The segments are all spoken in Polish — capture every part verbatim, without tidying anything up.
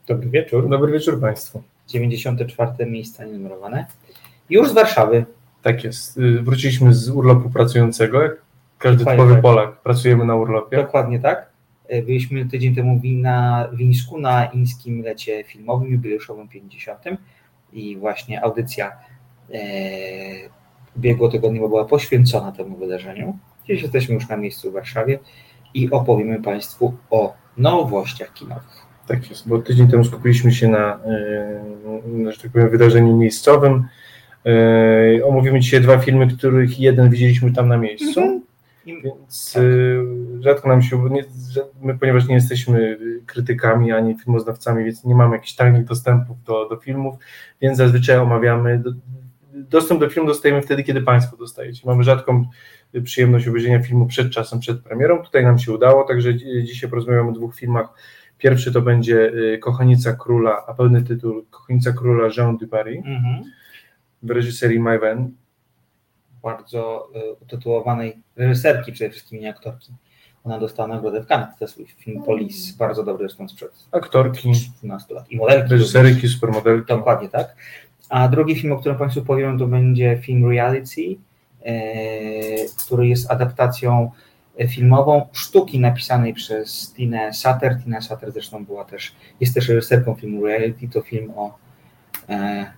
Dobry wieczór. Dobry wieczór Państwu. dziewięćdziesiąte czwarte miejsca nienumerowane. Już z Warszawy. Tak jest. Wróciliśmy z urlopu pracującego, jak każdy typowy tak. Polak. Pracujemy na urlopie. Dokładnie tak. Byliśmy tydzień temu na Wińsku na Ińskim Lecie Filmowym, jubileuszowym pięćdziesiątym i właśnie audycja e, ubiegłotygodniowa była poświęcona temu wydarzeniu. Dziś jesteśmy już na miejscu w Warszawie i opowiemy Państwu o nowościach kinowych. Tak jest, bo tydzień temu skupiliśmy się na, na że tak powiem, wydarzeniu miejscowym. Omówimy dzisiaj dwa filmy, których jeden widzieliśmy tam na miejscu, mm-hmm. więc tak. rzadko nam się, nie, my ponieważ nie jesteśmy krytykami ani filmoznawcami, więc nie mamy jakichś tajnych dostępów do, do filmów, więc zazwyczaj omawiamy, do, dostęp do filmu dostajemy wtedy, kiedy Państwo dostajecie. Mamy rzadką przyjemność obejrzenia filmu przed czasem, przed premierą, tutaj nam się udało, także dzisiaj porozmawiamy o dwóch filmach. Pierwszy to będzie Kochanica Króla, a pełny tytuł Kochanica Króla Jean du Barry mm-hmm. w reżyserii Mai Wen. Bardzo y, utytułowanej reżyserki, przede wszystkim nie aktorki. Ona dostała nagrodę w Cannes za swój film Police, bardzo dobry zresztą sprzed aktorki, trzynastu lat. I modelki. Reżyserki, supermodelki. Dokładnie tak. A drugi film, o którym Państwu powiem, to będzie film Reality, y, który jest adaptacją filmową sztuki napisanej przez Tinę Sutter. Tina Sutter zresztą była też, jest też reżyserką filmu Reality. To film o... E,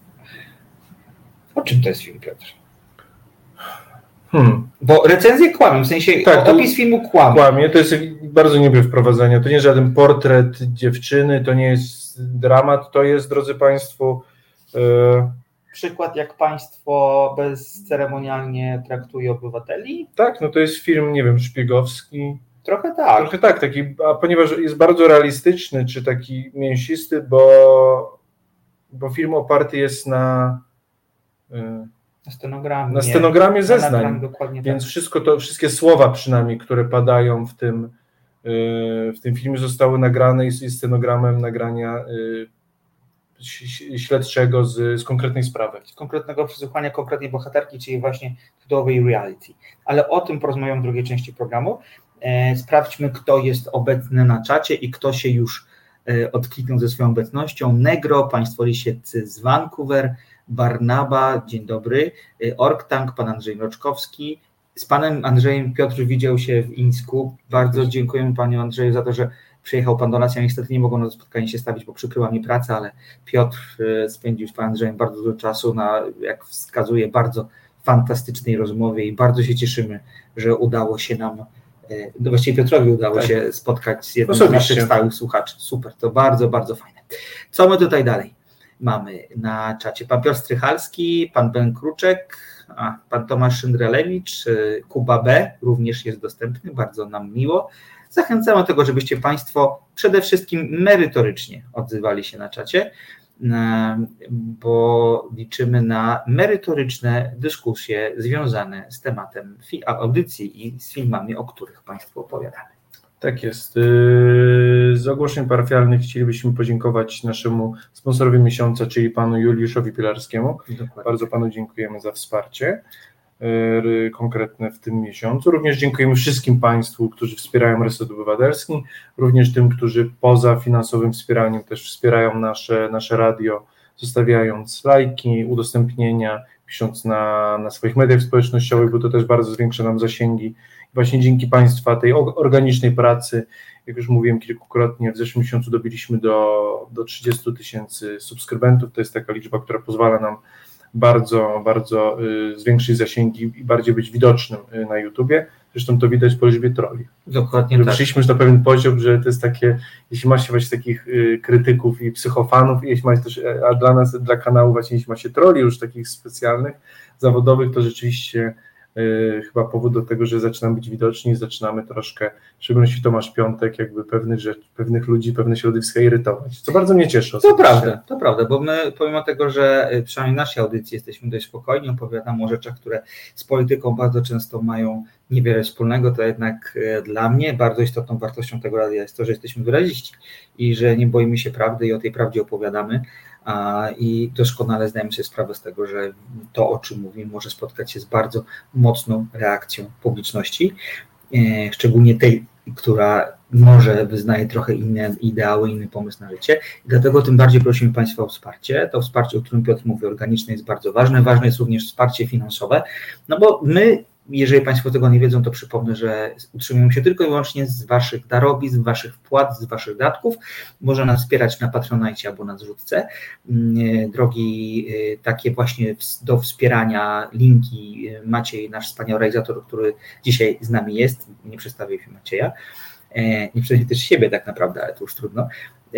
o czym to jest film, Piotr? Hmm. Bo recenzje kłamią, w sensie tak, opis filmu kłamie. Kłamie, to jest bardzo niebie wprowadzenia. To nie jest żaden portret dziewczyny, to nie jest dramat, to jest, drodzy Państwo... E, przykład, jak państwo bezceremonialnie traktuje obywateli? Tak, no to jest film, nie wiem, szpiegowski. Trochę tak. Trochę tak, taki, a ponieważ jest bardzo realistyczny, czy taki mięsisty, bo, bo film oparty jest na, na scenogramie, na scenogramie zeznań, na dokładnie więc tak. wszystko to, wszystkie słowa przynajmniej, które padają w tym, w tym filmie zostały nagrane i z scenogramem nagrania śledczego z, z konkretnej sprawy. Z konkretnego przesłuchania konkretnej bohaterki, czyli właśnie tytułowej Reality. Ale o tym porozmawiam w drugiej części programu. E, sprawdźmy, kto jest obecny na czacie i kto się już e, odkliknął ze swoją obecnością. Negro, Państwo Lisieccy z Vancouver, Barnaba, dzień dobry, e, Orktank, Pan Andrzej Mroczkowski. Z Panem Andrzejem Piotr widział się w Ińsku. Bardzo dziękujemy Panu Andrzeju za to, że przyjechał Pan do nas. Ja niestety nie mogłem na to spotkanie się stawić, bo przykryła mi pracę, ale Piotr spędził z Panem Andrzejem bardzo dużo czasu na, jak wskazuje, bardzo fantastycznej rozmowie i bardzo się cieszymy, że udało się nam, no właściwie Piotrowi udało tak. się spotkać z jednym z naszych stałych słuchaczy. Super, to bardzo, bardzo fajne. Co my tutaj dalej mamy na czacie? Pan Piotr Strychalski, Pan Ben Kruczek, a, Pan Tomasz Szyndralewicz, Kuba B. również jest dostępny, bardzo nam miło. Zachęcam do tego, żebyście Państwo przede wszystkim merytorycznie odzywali się na czacie, bo liczymy na merytoryczne dyskusje związane z tematem audycji i z filmami, o których Państwu opowiadamy. Tak jest. Z ogłoszeń parafialnych chcielibyśmy podziękować naszemu sponsorowi miesiąca, czyli Panu Juliuszowi Pilarskiemu. Dokładnie. Bardzo Panu dziękujemy za wsparcie konkretne w tym miesiącu. Również dziękujemy wszystkim Państwu, którzy wspierają Reset Obywatelski, również tym, którzy poza finansowym wspieraniem też wspierają nasze, nasze radio, zostawiając lajki, udostępnienia, pisząc na, na swoich mediach społecznościowych, bo to też bardzo zwiększa nam zasięgi. I właśnie dzięki Państwa tej organicznej pracy, jak już mówiłem kilkukrotnie, w zeszłym miesiącu dobiliśmy do, do trzydziestu tysięcy subskrybentów. To jest taka liczba, która pozwala nam bardzo, bardzo y, zwiększyć zasięgi i bardziej być widocznym y, na YouTubie. Zresztą to widać po liczbie troli. Dokładnie tak. Wyszliśmy już na pewien poziom, że to jest takie, jeśli ma się właśnie takich y, krytyków i psychofanów, i jeśli ma się też, a dla nas, dla kanału właśnie jeśli ma się troli już takich specjalnych, zawodowych, to rzeczywiście y, chyba powód do tego, że zaczynamy być widoczni i zaczynamy troszkę, w szczególności Tomasz Piątek, jakby pewnych rzeczy, pewnych ludzi, pewne środowiska irytować, co bardzo mnie cieszy. To prawda, to prawda, bo my pomimo tego, że przynajmniej w naszej audycji jesteśmy dość spokojni, opowiadamy o rzeczach, które z polityką bardzo często mają niewiele wspólnego, to jednak dla mnie bardzo istotną wartością tego radia jest to, że jesteśmy wyraziści i że nie boimy się prawdy i o tej prawdzie opowiadamy a, i doskonale zdajemy sobie sprawę z tego, że to, o czym mówimy, może spotkać się z bardzo mocną reakcją publiczności, e, szczególnie tej która może wyznaje trochę inne ideały, inny pomysł na życie. I dlatego tym bardziej prosimy Państwa o wsparcie. To wsparcie, o którym Piotr mówi, organiczne, jest bardzo ważne. Ważne jest również wsparcie finansowe, no bo my, jeżeli Państwo tego nie wiedzą, to przypomnę, że utrzymujemy się tylko i wyłącznie z Waszych darowizn, z Waszych wpłat, z Waszych datków. Można nas wspierać na Patronite albo na zrzutce. Drogi takie właśnie do wspierania, linki Maciej, nasz wspaniały realizator, który dzisiaj z nami jest, nie przedstawił się Macieja, nie przedstawił też siebie tak naprawdę, ale to już trudno.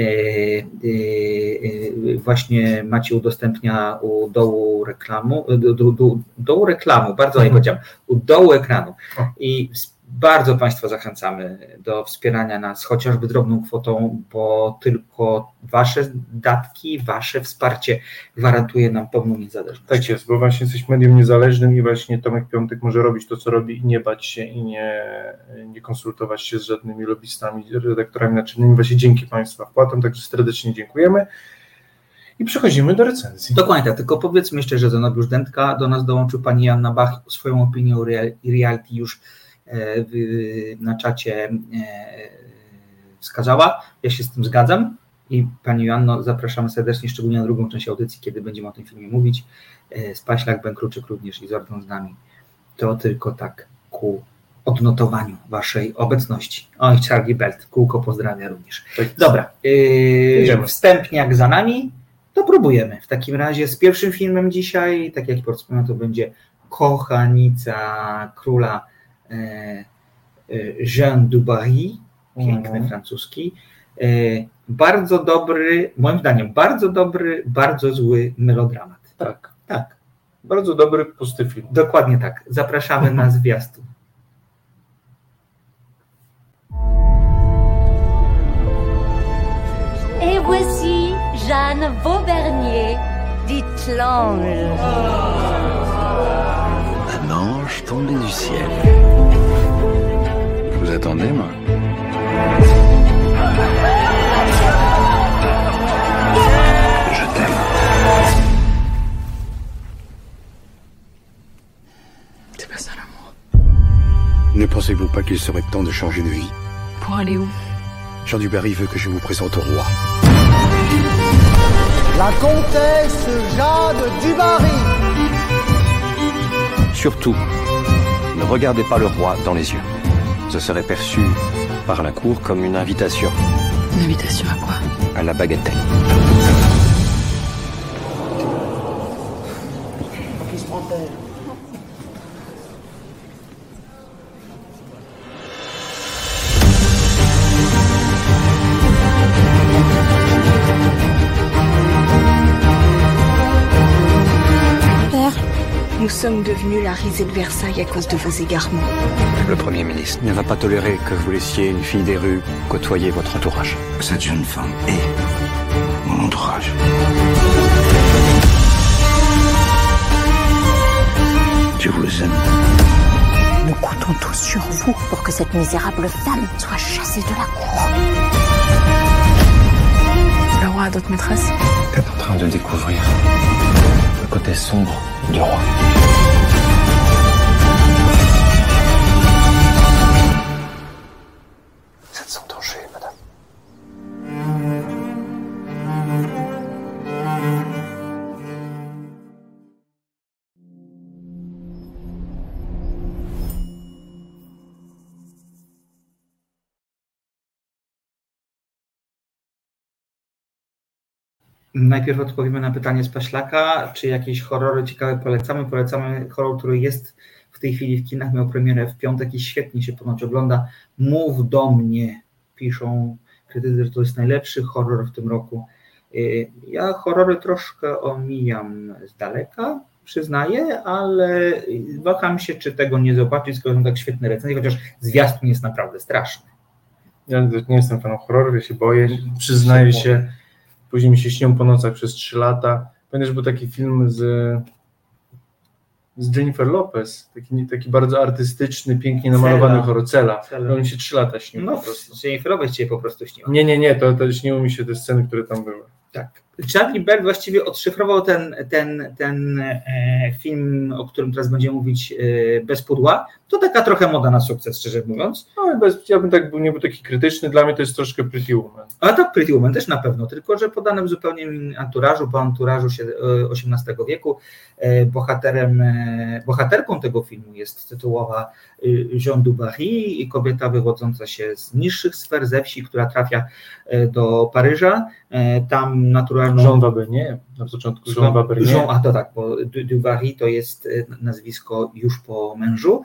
Właśnie Maciej udostępnia u dołu reklamu, do, do, do, dołu reklamu, bardzo nie powiedziałem, u dołu ekranu i bardzo Państwa zachęcamy do wspierania nas chociażby drobną kwotą, bo tylko Wasze datki, Wasze wsparcie gwarantuje nam pełną niezależność. Tak jest, bo właśnie jesteś medium niezależnym i właśnie Tomek Piątek może robić to, co robi i nie bać się i nie, nie konsultować się z żadnymi lobbystami, redaktorami naczelnymi. Właśnie dzięki Państwa wpłatom, także serdecznie dziękujemy. I przechodzimy do recenzji. Dokładnie tak, tylko powiedzmy jeszcze, że Zenobiusz Dętka do nas dołączył, pani Joanna Bach swoją opinię o reality już na czacie wskazała. Ja się z tym zgadzam i Pani Joanno, zapraszamy serdecznie, szczególnie na drugą część audycji, kiedy będziemy o tym filmie mówić. Spaślak, Bękruczyk również i Zordon z nami. To tylko tak ku odnotowaniu Waszej obecności. Oj, Charlie Belt, kółko pozdrawia również. Dobra, yy, wstępniak za nami, to próbujemy. W takim razie z pierwszym filmem dzisiaj, tak jak wspomniałem, to będzie Kochanica Króla Jean du Barry, piękny mm. francuski, bardzo dobry, moim zdaniem, bardzo dobry, bardzo zły melodramat. Tak, tak. Bardzo dobry, pusty film. Dokładnie tak. Zapraszamy na zwiastun. Et voici Jeanne Vaubernier, dit l'ange. Un ange tombé du ciel. Vous attendez, moi? Je t'aime. C'est pas ça l'amour. Ne pensez-vous pas qu'il serait temps de changer de vie? Pour aller où? Jean du Barry veut que je vous présente au roi. La comtesse Jeanne du Barry. Surtout, ne regardez pas le roi dans les yeux. Ce serait perçu par la cour comme une invitation. Une invitation à quoi? À la bagatelle. Qui se prend-elle? Nous sommes devenus la risée de Versailles à cause de vos égarements. Le Premier ministre ne va pas tolérer que vous laissiez une fille des rues côtoyer votre entourage. Cette jeune femme est mon entourage. Je vous aime. Nous comptons tous sur vous pour que cette misérable femme soit chassée de la cour. Le roi a d'autres maîtresses? T'es en train de découvrir le côté sombre du roi. Vous êtes en danger, madame. Najpierw odpowiemy na pytanie z Paślaka, czy jakieś horrory ciekawe polecamy. Polecamy horror, który jest w tej chwili w kinach, miał premierę w piątek i świetnie się ponoć ogląda. Mów do mnie, piszą krytycy, że to jest najlepszy horror w tym roku. Ja horrory troszkę omijam z daleka, przyznaję, ale waham się, czy tego nie zobaczyć, skoro są tak świetne recenzje, chociaż zwiastun jest naprawdę straszny. Ja nie jestem fanem horrorów, ja się boję, przyznaję się. Później mi się śnią po nocach przez trzy lata. Pamiętasz, był taki film z, z Jennifer Lopez, taki, taki bardzo artystyczny, pięknie namalowany horror, Cela. On mi się trzy lata śnił no, po prostu. Jennifer Lopez cię po prostu śniła. Nie, nie, nie, to, to śniły mi się te sceny, które tam były. Tak, Charlie Bell właściwie odszyfrował ten, ten, ten e, film, o którym teraz będziemy mówić, e, bez pudła. To taka trochę moda na sukces, szczerze mówiąc. No, bez, ja bym tak był, nie był taki krytyczny, dla mnie to jest troszkę Pretty Woman. Ale tak, Pretty Woman też na pewno, tylko że podane w zupełnie innym anturażu, po anturażu osiemnastego wieku. E, bohaterem, e, bohaterką tego filmu jest tytułowa e, Jeanne du Barry, kobieta wywodząca się z niższych sfer, ze wsi, która trafia e, do Paryża. E, tam naturalną... Jean Wabernier, na początku Jean Wabernier. Jean, a to tak, bo du, du Barry to jest nazwisko już po mężu.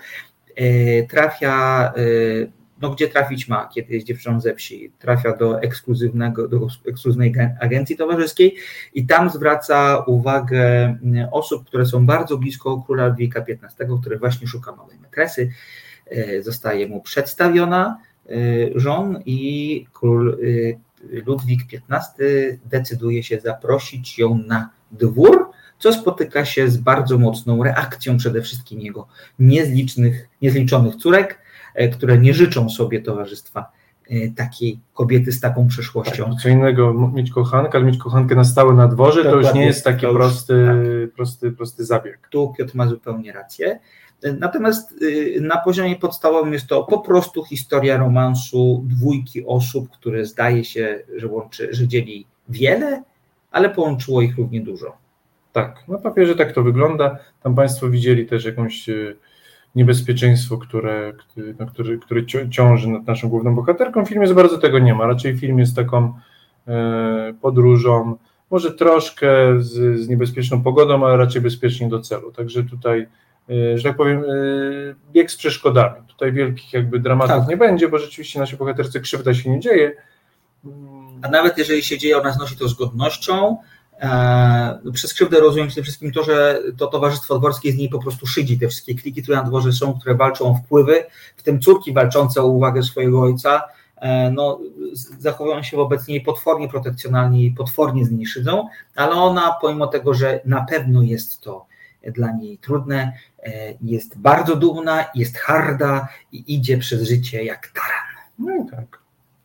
Trafia, no gdzie trafić ma, kiedy jest dziewczyną ze wsi, trafia do ekskluzywnego, do ekskluzywnej agencji towarzyskiej i tam zwraca uwagę osób, które są bardzo blisko króla Ludwika piętnastego, który właśnie szuka nowej metresy. Zostaje mu przedstawiona Jean i król Ludwik piętnasty decyduje się zaprosić ją na dwór, co spotyka się z bardzo mocną reakcją przede wszystkim jego niezlicznych, niezliczonych córek, które nie życzą sobie towarzystwa takiej kobiety z taką przeszłością. Tak, co innego mieć kochankę, ale mieć kochankę na stałe na dworze, Dokładnie. To już nie jest taki już, prosty, tak. prosty, prosty zabieg. Tu Piotr ma zupełnie rację. Natomiast na poziomie podstawowym jest to po prostu historia romansu dwójki osób, które zdaje się, że łączy, że dzieli wiele, ale połączyło ich równie dużo. Tak, na papierze tak to wygląda. Tam Państwo widzieli też jakąś niebezpieczeństwo, które, no, które, które ciąży nad naszą główną bohaterką. W filmie za bardzo tego nie ma. Raczej film jest taką e, podróżą, może troszkę z, z niebezpieczną pogodą, ale raczej bezpiecznie do celu. Także tutaj, e, że tak powiem, e, bieg z przeszkodami. Tutaj wielkich jakby dramatów tak. nie będzie, bo rzeczywiście naszej bohaterce krzywda się nie dzieje. A nawet jeżeli się dzieje, ona znosi to z godnością. Przez krzywdę rozumiem przede wszystkim to, że to towarzystwo dworskie z niej po prostu szydzi te wszystkie kliki, które na dworze są, które walczą o wpływy, w tym córki walczące o uwagę swojego ojca, no, zachowują się wobec niej potwornie protekcjonalnie i potwornie z niej szydzą, ale ona pomimo tego, że na pewno jest to dla niej trudne, jest bardzo dumna, jest harda i idzie przez życie jak taran. No i tak.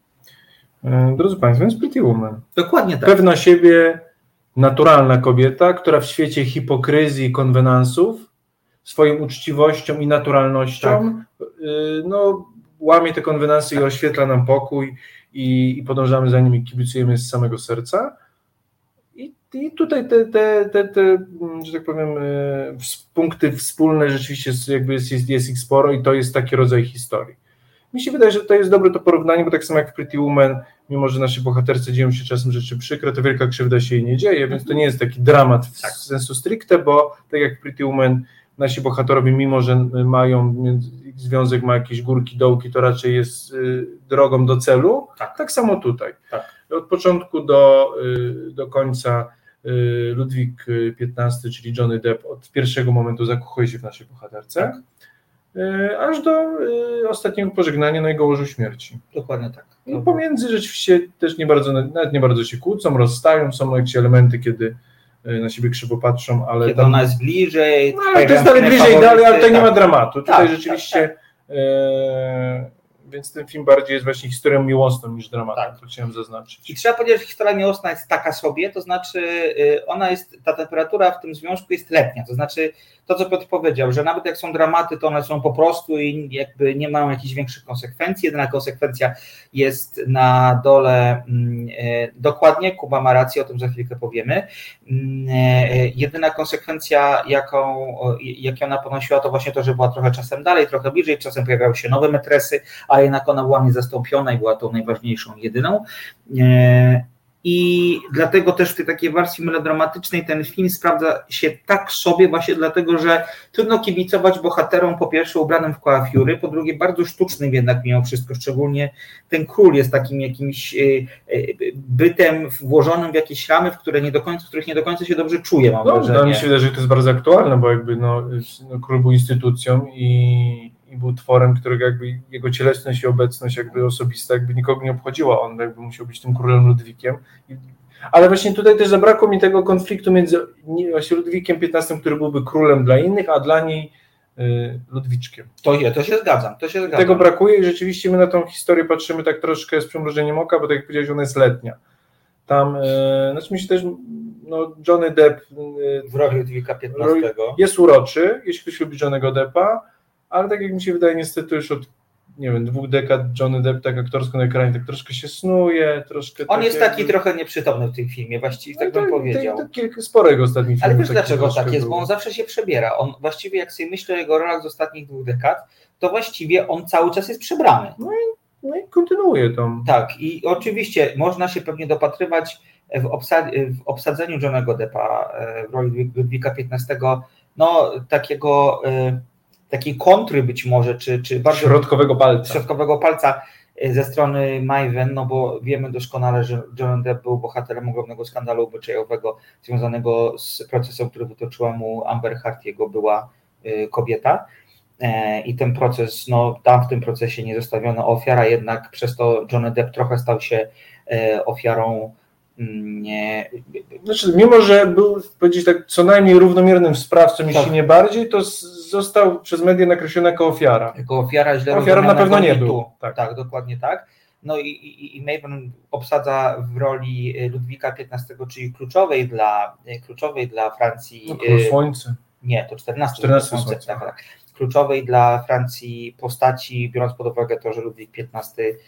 Drodzy Państwo, jest Pretty Woman. Dokładnie tak. Pewna siebie, naturalna kobieta, która w świecie hipokryzji i konwenansów swoją uczciwością i naturalnością tak. no, łamie te konwenansy tak. i oświetla nam pokój i, i podążamy za nimi, kibicujemy z samego serca. I, i tutaj te, te, te, te, że tak powiem, punkty wspólne rzeczywiście jakby jest, jest, jest ich sporo i to jest taki rodzaj historii. Mi się wydaje, że to jest dobre to porównanie, bo tak samo jak w Pretty Woman, mimo że naszej bohaterce dzieją się czasem rzeczy przykre, to wielka krzywda się jej nie dzieje, więc to nie jest taki dramat w tak. sensu stricte, bo tak jak w Pretty Woman nasi bohaterowie, mimo że mają, ich związek ma jakieś górki, dołki, to raczej jest y, drogą do celu, tak, tak samo tutaj. Tak. Od początku do, y, do końca y, Ludwik piętnasty, czyli Johnny Depp, od pierwszego momentu zakochuje się w naszej bohaterce. Tak. Aż do y, ostatniego pożegnania na jego łożu śmierci. Dokładnie tak. I pomiędzy rzeczywiście też nie bardzo, nawet nie bardzo się kłócą, rozstają, są jakieś elementy, kiedy y, na siebie krzywo patrzą, ale kiedy tam, ona jest bliżej. No, ale to jest dalej bliżej, dalej, ale tutaj tak. nie ma dramatu. Tutaj tak, rzeczywiście tak, tak. Y, więc ten film bardziej jest właśnie historią miłosną niż dramatem, tak. to chciałem zaznaczyć. I trzeba powiedzieć, że historia miłosna jest taka sobie, to znaczy ona jest, ta temperatura w tym związku jest letnia, to znaczy to, co Piotr powiedział, że nawet jak są dramaty, to one są po prostu i jakby nie mają jakichś większych konsekwencji, jedyna konsekwencja jest na dole, dokładnie, Kuba ma rację, o tym za chwilkę powiemy, jedyna konsekwencja, jaką, jaką ona ponosiła, to właśnie to, że była trochę czasem dalej, trochę bliżej, czasem pojawiały się nowe metresy, a jednak ona była niezastąpiona i była tą najważniejszą, jedyną. I dlatego też w tej takiej wersji melodramatycznej ten film sprawdza się tak sobie właśnie dlatego, że trudno kibicować bohaterom po pierwsze ubranym w coiffury, po drugie bardzo sztucznym jednak mimo wszystko, szczególnie ten król jest takim jakimś bytem włożonym w jakieś ramy, w, które nie do końca, w których nie do końca się dobrze czuje, mam no, wrażenie. No, mi się wydaje, że to jest bardzo aktualne, bo jakby no, no, król był instytucją i i był tworem, którego jakby jego cielesność i obecność jakby osobista jakby nikogo nie obchodziła, on jakby musiał być tym królem Ludwikiem. Ale właśnie tutaj też zabrakło mi tego konfliktu między właśnie Ludwikiem piętnastym, który byłby królem dla innych, a dla niej y, Ludwiczkiem. To, je, to się zgadzam, to się zgadzam. Tego brakuje i rzeczywiście my na tą historię patrzymy tak troszkę z przymrużeniem oka, bo tak jak powiedziałeś, ona jest letnia. Tam, e, znaczy mi się też, no Johnny Depp w roli Ludwika piętnastego jest uroczy, jeśli ktoś lubi Johnny'ego Deppa, ale tak jak mi się wydaje, niestety już od, nie wiem, dwóch dekad Johnny Depp tak aktorsko na ekranie tak troszkę się snuje, troszkę... On tak jest jakby... taki trochę nieprzytomny w tym filmie, właściwie tak no, bym to, powiedział. To, to kilka sporego ostatnich ale filmów. wiesz dlaczego tak jest, było. bo on zawsze się przebiera. On właściwie jak sobie myślę o jego rolach z ostatnich dwóch dekad, to właściwie on cały czas jest przebrany. No i, no i kontynuuje tą. Tak, i oczywiście można się pewnie dopatrywać w, obsad- w obsadzeniu Johnny'ego Deppa w roli Ludwika piętnastego, no takiego, takiej kontry być może, czy, czy bardzo środkowego palca. środkowego palca ze strony Maven, no bo wiemy doskonale, że Johnny Depp był bohaterem ogromnego skandalu obyczajowego związanego z procesem, który wytoczyła mu Amber Heard, jego była kobieta. I ten proces, no tam w tym procesie nie zostawiono ofiara, jednak przez to Johnny Depp trochę stał się ofiarą. Nie. Znaczy, mimo że był, powiedzieć tak, co najmniej równomiernym sprawcą, tak. jeśli nie bardziej, to został przez media nakreślony jako ofiara. Jako ofiara źle Ofiarą na pewno nie był. Tak. tak, dokładnie tak. No i, i, i Maven obsadza w roli Ludwika piętnastego, czyli kluczowej dla, kluczowej dla Francji. No, Król Słońce. Nie, to czternaste czternaste słońce, tak, tak. Kluczowej dla Francji postaci, biorąc pod uwagę to, że Ludwik piętnasty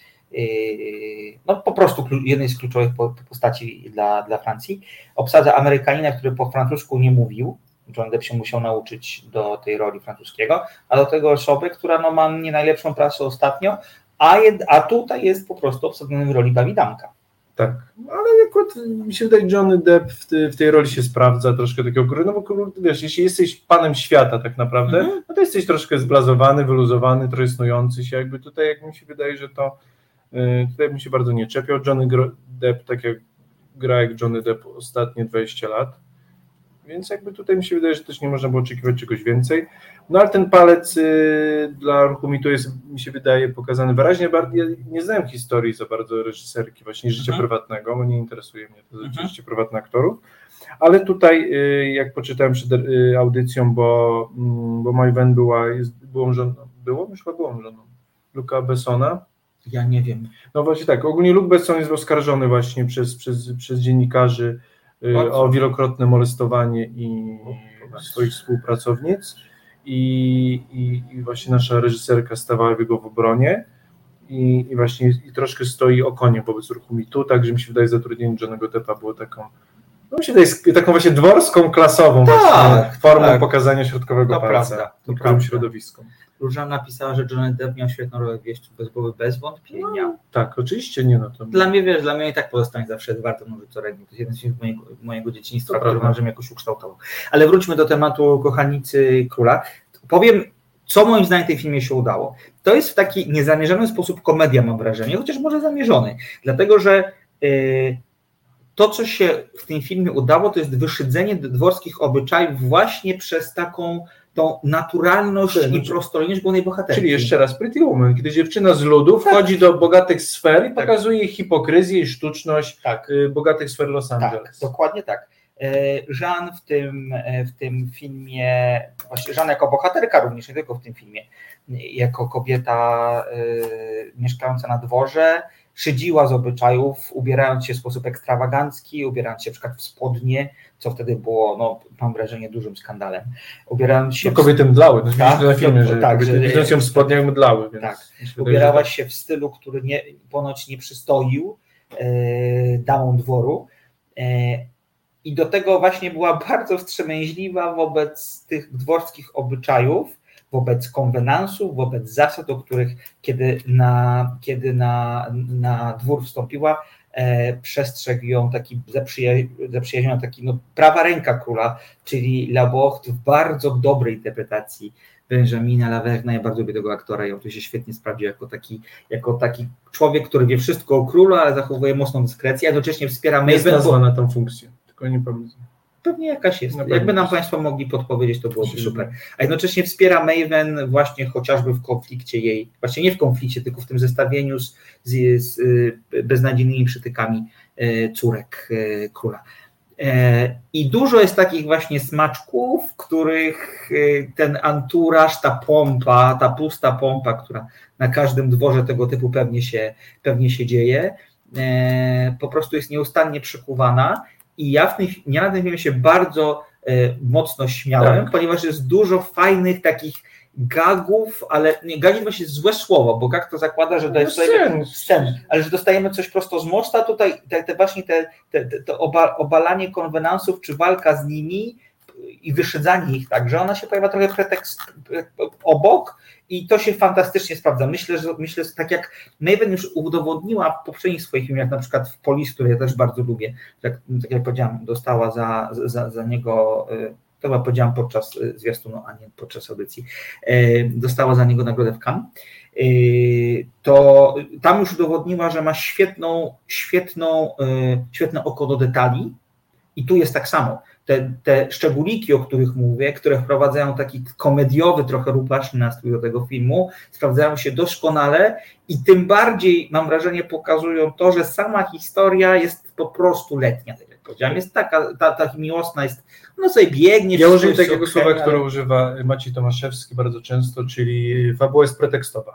no po prostu jednej z kluczowych postaci dla, dla Francji. Obsadza Amerykanina, który po francusku nie mówił. John Depp się musiał nauczyć do tej roli francuskiego, a do tego osobę, która no, ma nie najlepszą pracę ostatnio, a, jed, a tutaj jest po prostu obsadzony w roli bawidanka. Tak, ale akurat mi się wydaje, Johnny Depp w, ty, w tej roli się sprawdza troszkę takiego góry, no bo wiesz, jeśli jesteś panem świata tak naprawdę, mm-hmm. no to jesteś troszkę zblazowany, wyluzowany, trochę snujący się, jakby tutaj jak mi się wydaje, że to tutaj bym się bardzo nie czepiał. Johnny Depp tak jak gra jak Johnny Depp ostatnie dwadzieścia lat, więc jakby tutaj mi się wydaje, że też nie można było oczekiwać czegoś więcej. No ale ten palec y, dla ruchu mitu jest, mi się wydaje, pokazany wyraźnie. Ja nie znałem historii za bardzo reżyserki, właśnie życia mhm. prywatnego, bo nie interesuje mnie to mhm. życie prywatne aktorów, ale tutaj y, jak poczytałem przed y, audycją, bo, y, bo Maven była, jest, byłą żoną, było? Już chyba byłą żoną Luca Bessona. Ja nie wiem. No właśnie tak, ogólnie Luc Besson jest oskarżony właśnie przez, przez, przez dziennikarzy y, o wielokrotne molestowanie i o, swoich współpracownic i, i, i właśnie nasza reżyserka stawała w jego w obronie i, i właśnie i troszkę stoi o konie wobec ruchu mitu, także mi się wydaje, zatrudnienie Johnny'ego Deppa było taką, no mi się wydaje, taką właśnie dworską, klasową tak, właśnie formą tak. pokazania środkowego to palca prawda, niektórym środowiskom. Różana napisała, że Johnny Depp miał świetną rolę w Wieściu bez głowy, bez wątpienia. No, tak, oczywiście, nie no to... Dla mnie, wiesz, dla mnie i tak pozostanie zawsze warto mówić o Regnie. To jest jeden z filmów mojego, mojego dzieciństwa, to który może mnie jakoś ukształtował. Ale wróćmy do tematu Kochanicy Króla. Powiem, co moim zdaniem w tej filmie się udało. To jest w taki niezamierzony sposób komedia, mam wrażenie, chociaż może zamierzony. Dlatego, że yy, to, co się w tym filmie udało, to jest wyszydzenie dworskich obyczajów właśnie przez taką tą naturalność Czyli, i prostolinność głównej bohaterki. Czyli jeszcze raz Pretty Woman, kiedy dziewczyna z ludu wchodzi tak. do bogatych sfer i tak. pokazuje hipokryzję i sztuczność tak. bogatych sfer Los Angeles. Tak, dokładnie tak. Jean w tym, w tym filmie, właśnie Jean jako bohaterka również, nie tylko w tym filmie, jako kobieta y, mieszkająca na dworze, szydziła z obyczajów, ubierając się w sposób ekstrawagancki, ubierając się na przykład w spodnie, co wtedy było, no, mam wrażenie, dużym skandalem. Ubierając się no, kobiety mdlały, no, tak, na filmie, że tak, kobiety widząc ją w spodniach mdlały. Więc tak, ubierałaś się w stylu, który nie, ponoć nie przystoił e, damom dworu e, i do tego właśnie była bardzo wstrzemięźliwa wobec tych dworskich obyczajów, wobec konwenansów, wobec zasad, o których kiedy na, kiedy na, na dwór wstąpiła, e, przestrzegł ją taki zaprzyja- zaprzyjaźniony, taki no, prawa ręka króla, czyli Labocht w bardzo dobrej interpretacji Benjamina Laverna. Ja bardzo lubię tego aktora i on tu się świetnie sprawdził jako taki, jako taki człowiek, który wie wszystko o królu, ale zachowuje mocną dyskrecję, a jednocześnie wspiera Maven. Jest nazwa na tą funkcję, tylko nie pamiętam. Pewnie jakaś jest. Jakby nam Państwo mogli podpowiedzieć, to byłoby super. A jednocześnie wspiera Maven właśnie chociażby w konflikcie jej, właśnie nie w konflikcie, tylko w tym zestawieniu z, z, z beznadziejnymi przytykami córek króla. I dużo jest takich właśnie smaczków, w których ten anturaż, ta pompa, ta pusta pompa, która na każdym dworze tego typu pewnie się, pewnie się dzieje, e, po prostu jest nieustannie przykuwana i ja, w tym, ja na tym filmie się bardzo e, mocno śmiałem, tak. ponieważ jest dużo fajnych takich gagów, ale nie, gagi właśnie jest złe słowo, bo gag to zakłada, że dostajemy scen, ale że dostajemy coś prosto z mosta, tutaj te, te właśnie te, te, te, te oba, obalanie konwenansów, czy walka z nimi i wyszedzanie ich tak, że ona się pojawia trochę pretekst obok i to się fantastycznie sprawdza. Myślę, że myślę, że tak jak Maven już udowodniła w poprzednich swoich filmach, jak na przykład w Police, który ja też bardzo lubię, jak, tak jak powiedziałam, dostała za, za, za niego, to chyba powiedziałam podczas zwiastunu, a nie podczas audycji, dostała za niego nagrodę w Cannes, to tam już udowodniła, że ma świetną, świetną, świetne oko do detali i tu jest tak samo. Te, te szczególiki, o których mówię, które wprowadzają taki komediowy, trochę rupaczny nastrój do tego filmu, sprawdzają się doskonale i tym bardziej, mam wrażenie, pokazują to, że sama historia jest po prostu letnia, tak jak powiedziałem. Jest taka, ta, ta miłosna jest, ona sobie biegnie. Ja użyję takiego słowa, ale... które używa Maciej Tomaszewski bardzo często, czyli fabuła jest pretekstowa.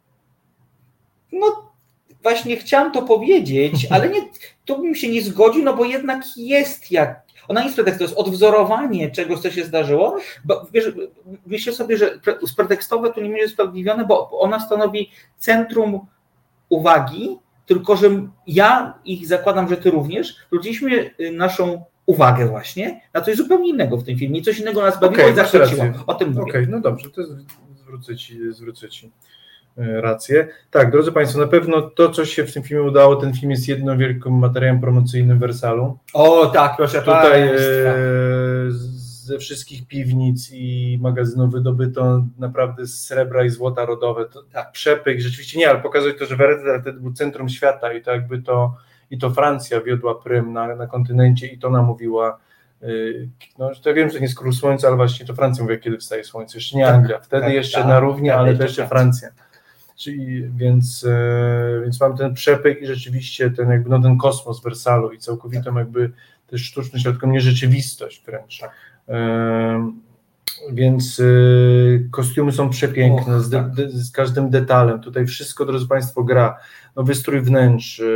No, właśnie chciałam to powiedzieć, ale nie, to bym się nie zgodził, no bo jednak jest jak. Ona nie jest pretekst, to jest odwzorowanie czegoś, co się zdarzyło, bo wiesz, myślę sobie, że pretekstowe tu nie będzie usprawiedliwione, bo ona stanowi centrum uwagi, tylko że ja i zakładam, że ty również, zwróciliśmy naszą uwagę właśnie na coś zupełnie innego w tym filmie i coś innego nas bawiło okay, i zachwyciło. O tym mówię. Okej, okay, no dobrze, to zwrócę ci, zwrócę ci rację. Tak, drodzy Państwo, na pewno to, co się w tym filmie udało, ten film jest jednym wielkim materiałem promocyjnym Wersalu. O tak, proszę Tutaj e, ze wszystkich piwnic i magazynów wydobyto naprawdę z srebra i złota rodowe. To, tak, przepych, rzeczywiście nie, ale pokazuje to, że Wersal wtedy był centrum świata i to jakby to, i to Francja wiodła prym na, na kontynencie i to namówiła. No, to wiem, że nie jest król słońca, ale właśnie to Francja mówi, kiedy wstaje słońce, jeszcze nie Anglia, wtedy tak, jeszcze tak, na równi, tak, ale też jeszcze Francja. Czyli, więc, więc mamy ten przepych i rzeczywiście ten jakby no, ten kosmos Wersalu i całkowitą tak. jakby też sztuczną środką, nierzeczywistość wręcz. Tak. E, więc e, kostiumy są przepiękne, Och, z, de, tak. de, z każdym detalem. Tutaj wszystko, drodzy Państwo, gra. No, wystrój wnętrz, e,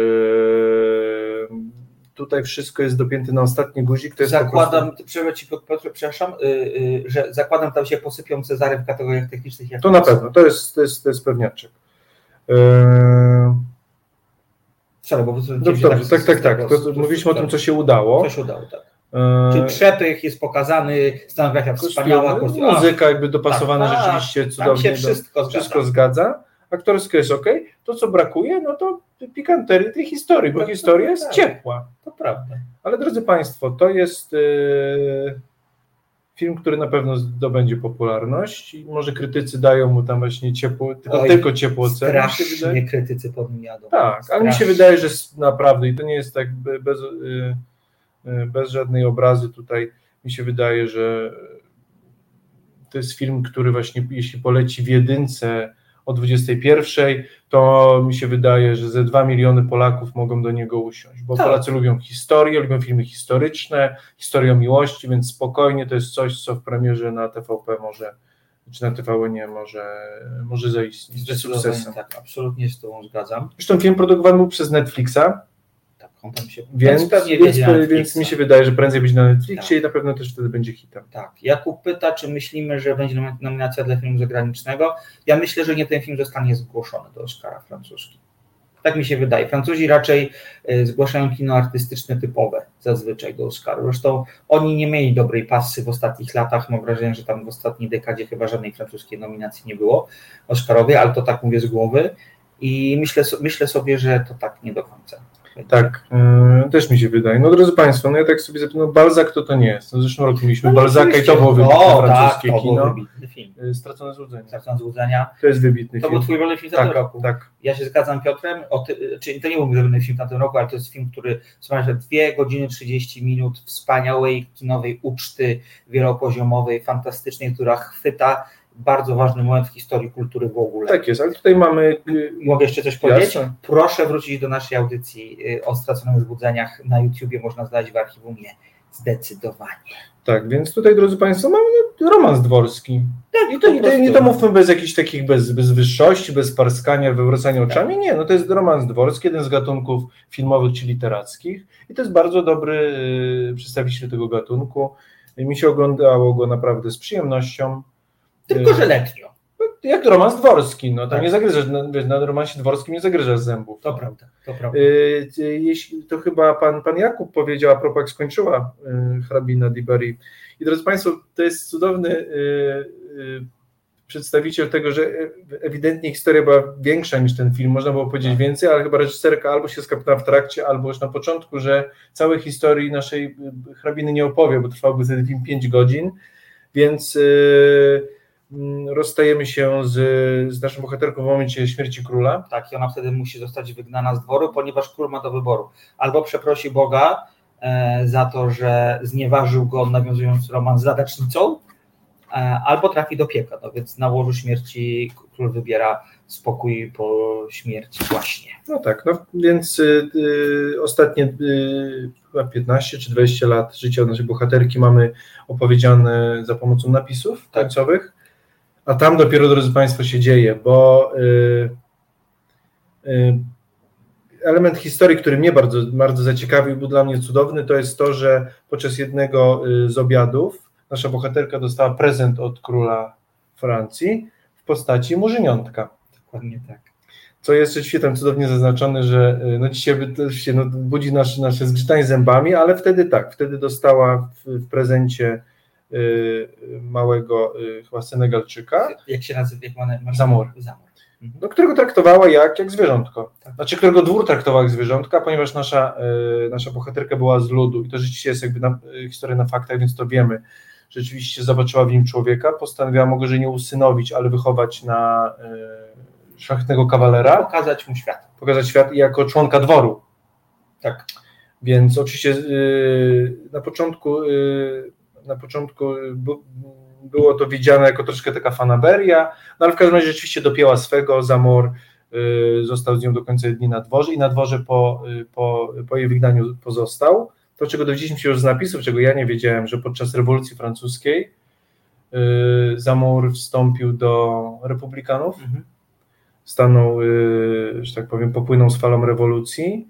tutaj wszystko jest dopięte na ostatni guzik. To jest zakładam, po prostu... ci, Piotr, przepraszam, yy, yy, że zakładam, tam się posypią Cezary w kategoriach technicznych. Jak to na pewno, to jest, to jest, to jest pewniaczek. Yy... Sorry, bo dobrze, dobrze, tak, tak, tak. To, to mówiliśmy o tym, co się udało. Co się udało, tak. Yy... Czyli przepych jest pokazany, scenografia wspaniała. Muzyka jakby dopasowana tak, rzeczywiście cudownie. Tam się wszystko, do, wszystko zgadza. Aktorsko jest ok, to co brakuje, no to pikanterii tej historii, bo historia jest ciepła. To prawda. Ale drodzy Państwo, to jest yy, film, który na pewno zdobędzie popularność i może krytycy dają mu tam właśnie ciepło, tylko, Oj, tylko ciepło ocenę. Strasznie krytycy pod nim jadą. Tak, strasznie. Ale mi się wydaje, że naprawdę, i to nie jest tak bez, yy, yy, bez żadnej obrazy tutaj, mi się wydaje, że to jest film, który właśnie jeśli poleci w jedynce o dwudziestej pierwszej, to mi się wydaje, że ze dwa miliony Polaków mogą do niego usiąść, bo tak. Polacy lubią historię, lubią filmy historyczne, historię o miłości, więc spokojnie to jest coś, co w premierze na T V P może, czy na T V N nie może, może zaistnieć z sukcesem. Tak, absolutnie się z tobą zgadzam. Zresztą film produkowany był przez Netflixa, tak, on tam się więc, więc, więc, więc mi się wydaje, że prędzej będzie na Netflixie tak. i na pewno też wtedy będzie hitem. Tak. Jakub pyta, czy myślimy, że będzie nominacja dla filmu zagranicznego. Ja myślę, że nie ten film zostanie zgłoszony do Oscara francuski. Tak mi się wydaje. Francuzi raczej zgłaszają kino artystyczne typowe zazwyczaj do Oscaru. Zresztą oni nie mieli dobrej pasy w ostatnich latach. Mam wrażenie, że tam w ostatniej dekadzie chyba żadnej francuskiej nominacji nie było Oscarowej, ale to tak mówię z głowy i myślę, myślę sobie, że to tak nie do końca. Tak, yy, też mi się wydaje. No drodzy Państwo, no ja tak sobie zapytam, no Balzac to to nie jest. No w zeszłym roku mieliśmy no, Balzaca i to było wybitne o, francuskie tak, to kino. Wybitny film. Stracone złudzenia. Stracone złudzenia. To jest wybitny to film. To był twój ulubiony film w tak, tym roku. Tak. Ja się zgadzam Piotrem, o ty, czyli to nie był ulubiony film w tym roku, ale to jest film, który słuchaj, że dwie godziny trzydzieści minut wspaniałej kinowej uczty wielopoziomowej, fantastycznej, która chwyta bardzo ważny moment w historii kultury w ogóle. Tak jest, ale tutaj mamy... Mogę jeszcze coś powiedzieć? Jasne. Proszę wrócić do naszej audycji o straconych złudzeniach. Na YouTubie można znaleźć w archiwum je. Zdecydowanie. Tak, więc tutaj, drodzy Państwo, mamy romans dworski. Tak, I to, i to, nie to mówmy bez jakichś takich, bez, bez wyższości, bez parskania, wywracania oczami. Tak. Nie, no to jest romans dworski, jeden z gatunków filmowych czy literackich i to jest bardzo dobry y, przedstawiciel tego gatunku. Mi się oglądało go naprawdę z przyjemnością. Tylko, że letnio. Jak romans dworski, no tam tak. nie zagryzasz, na, na romansie dworskim nie zagryzasz zębów. To prawda, to prawda. Y, jeśli, to chyba pan, pan Jakub powiedział, a propos jak skończyła y, hrabina di Bari. I drodzy Państwo, to jest cudowny y, y, przedstawiciel tego, że ewidentnie historia była większa niż ten film, można było powiedzieć więcej, ale chyba reżyserka albo się skapnęła w trakcie, albo już na początku, że całej historii naszej hrabiny nie opowie, bo trwałby wtedy film pięć godzin, więc y, rozstajemy się z, z naszą bohaterką w momencie śmierci króla. Tak, i ona wtedy musi zostać wygnana z dworu, ponieważ król ma do wyboru. Albo przeprosi Boga e, za to, że znieważył go, nawiązując romans z ladacznicą, e, albo trafi do piekła. No więc na łożu śmierci król wybiera spokój po śmierci właśnie. No tak, no więc y, y, ostatnie y, chyba piętnaście czy dwadzieścia lat życia naszej bohaterki mamy opowiedziane za pomocą napisów końcowych. A tam dopiero, drodzy Państwo, się dzieje, bo y, y, element historii, który mnie bardzo, bardzo zaciekawił, był dla mnie cudowny, to jest to, że podczas jednego z obiadów nasza bohaterka dostała prezent od króla Francji w postaci murzyniątka. Dokładnie tak. Co jest rzeczywiście tam cudownie zaznaczone, że no dzisiaj się no, budzi nasze, nasze zgrzytanie zębami, ale wtedy tak, wtedy dostała w, w prezencie małego chyba Senegalczyka. Jak się nazywa? Jak ma, ma Zamor. Zamor. Mhm. No, którego traktowała jak, jak zwierzątko. Tak. Znaczy, którego dwór traktował jak zwierzątka, ponieważ nasza, y, nasza bohaterka była z ludu i to rzeczywiście jest jakby na, y, historia na faktach, więc to wiemy. Rzeczywiście zobaczyła w nim człowieka, postanowiła może że nie usynowić, ale wychować na y, szlachetnego kawalera. Pokazać mu świat. Pokazać świat jako członka dworu. Tak. Więc oczywiście y, na początku y, na początku było to widziane jako troszkę taka fanaberia, no ale w każdym razie rzeczywiście dopięła swego, Zamor y, został z nią do końca dni na dworze i na dworze po, y, po, po jej wygnaniu pozostał. To, czego dowiedzieliśmy się już z napisów, czego ja nie wiedziałem, że podczas rewolucji francuskiej y, Zamor wstąpił do republikanów, mhm. stanął, y, że tak powiem, popłynął z falą rewolucji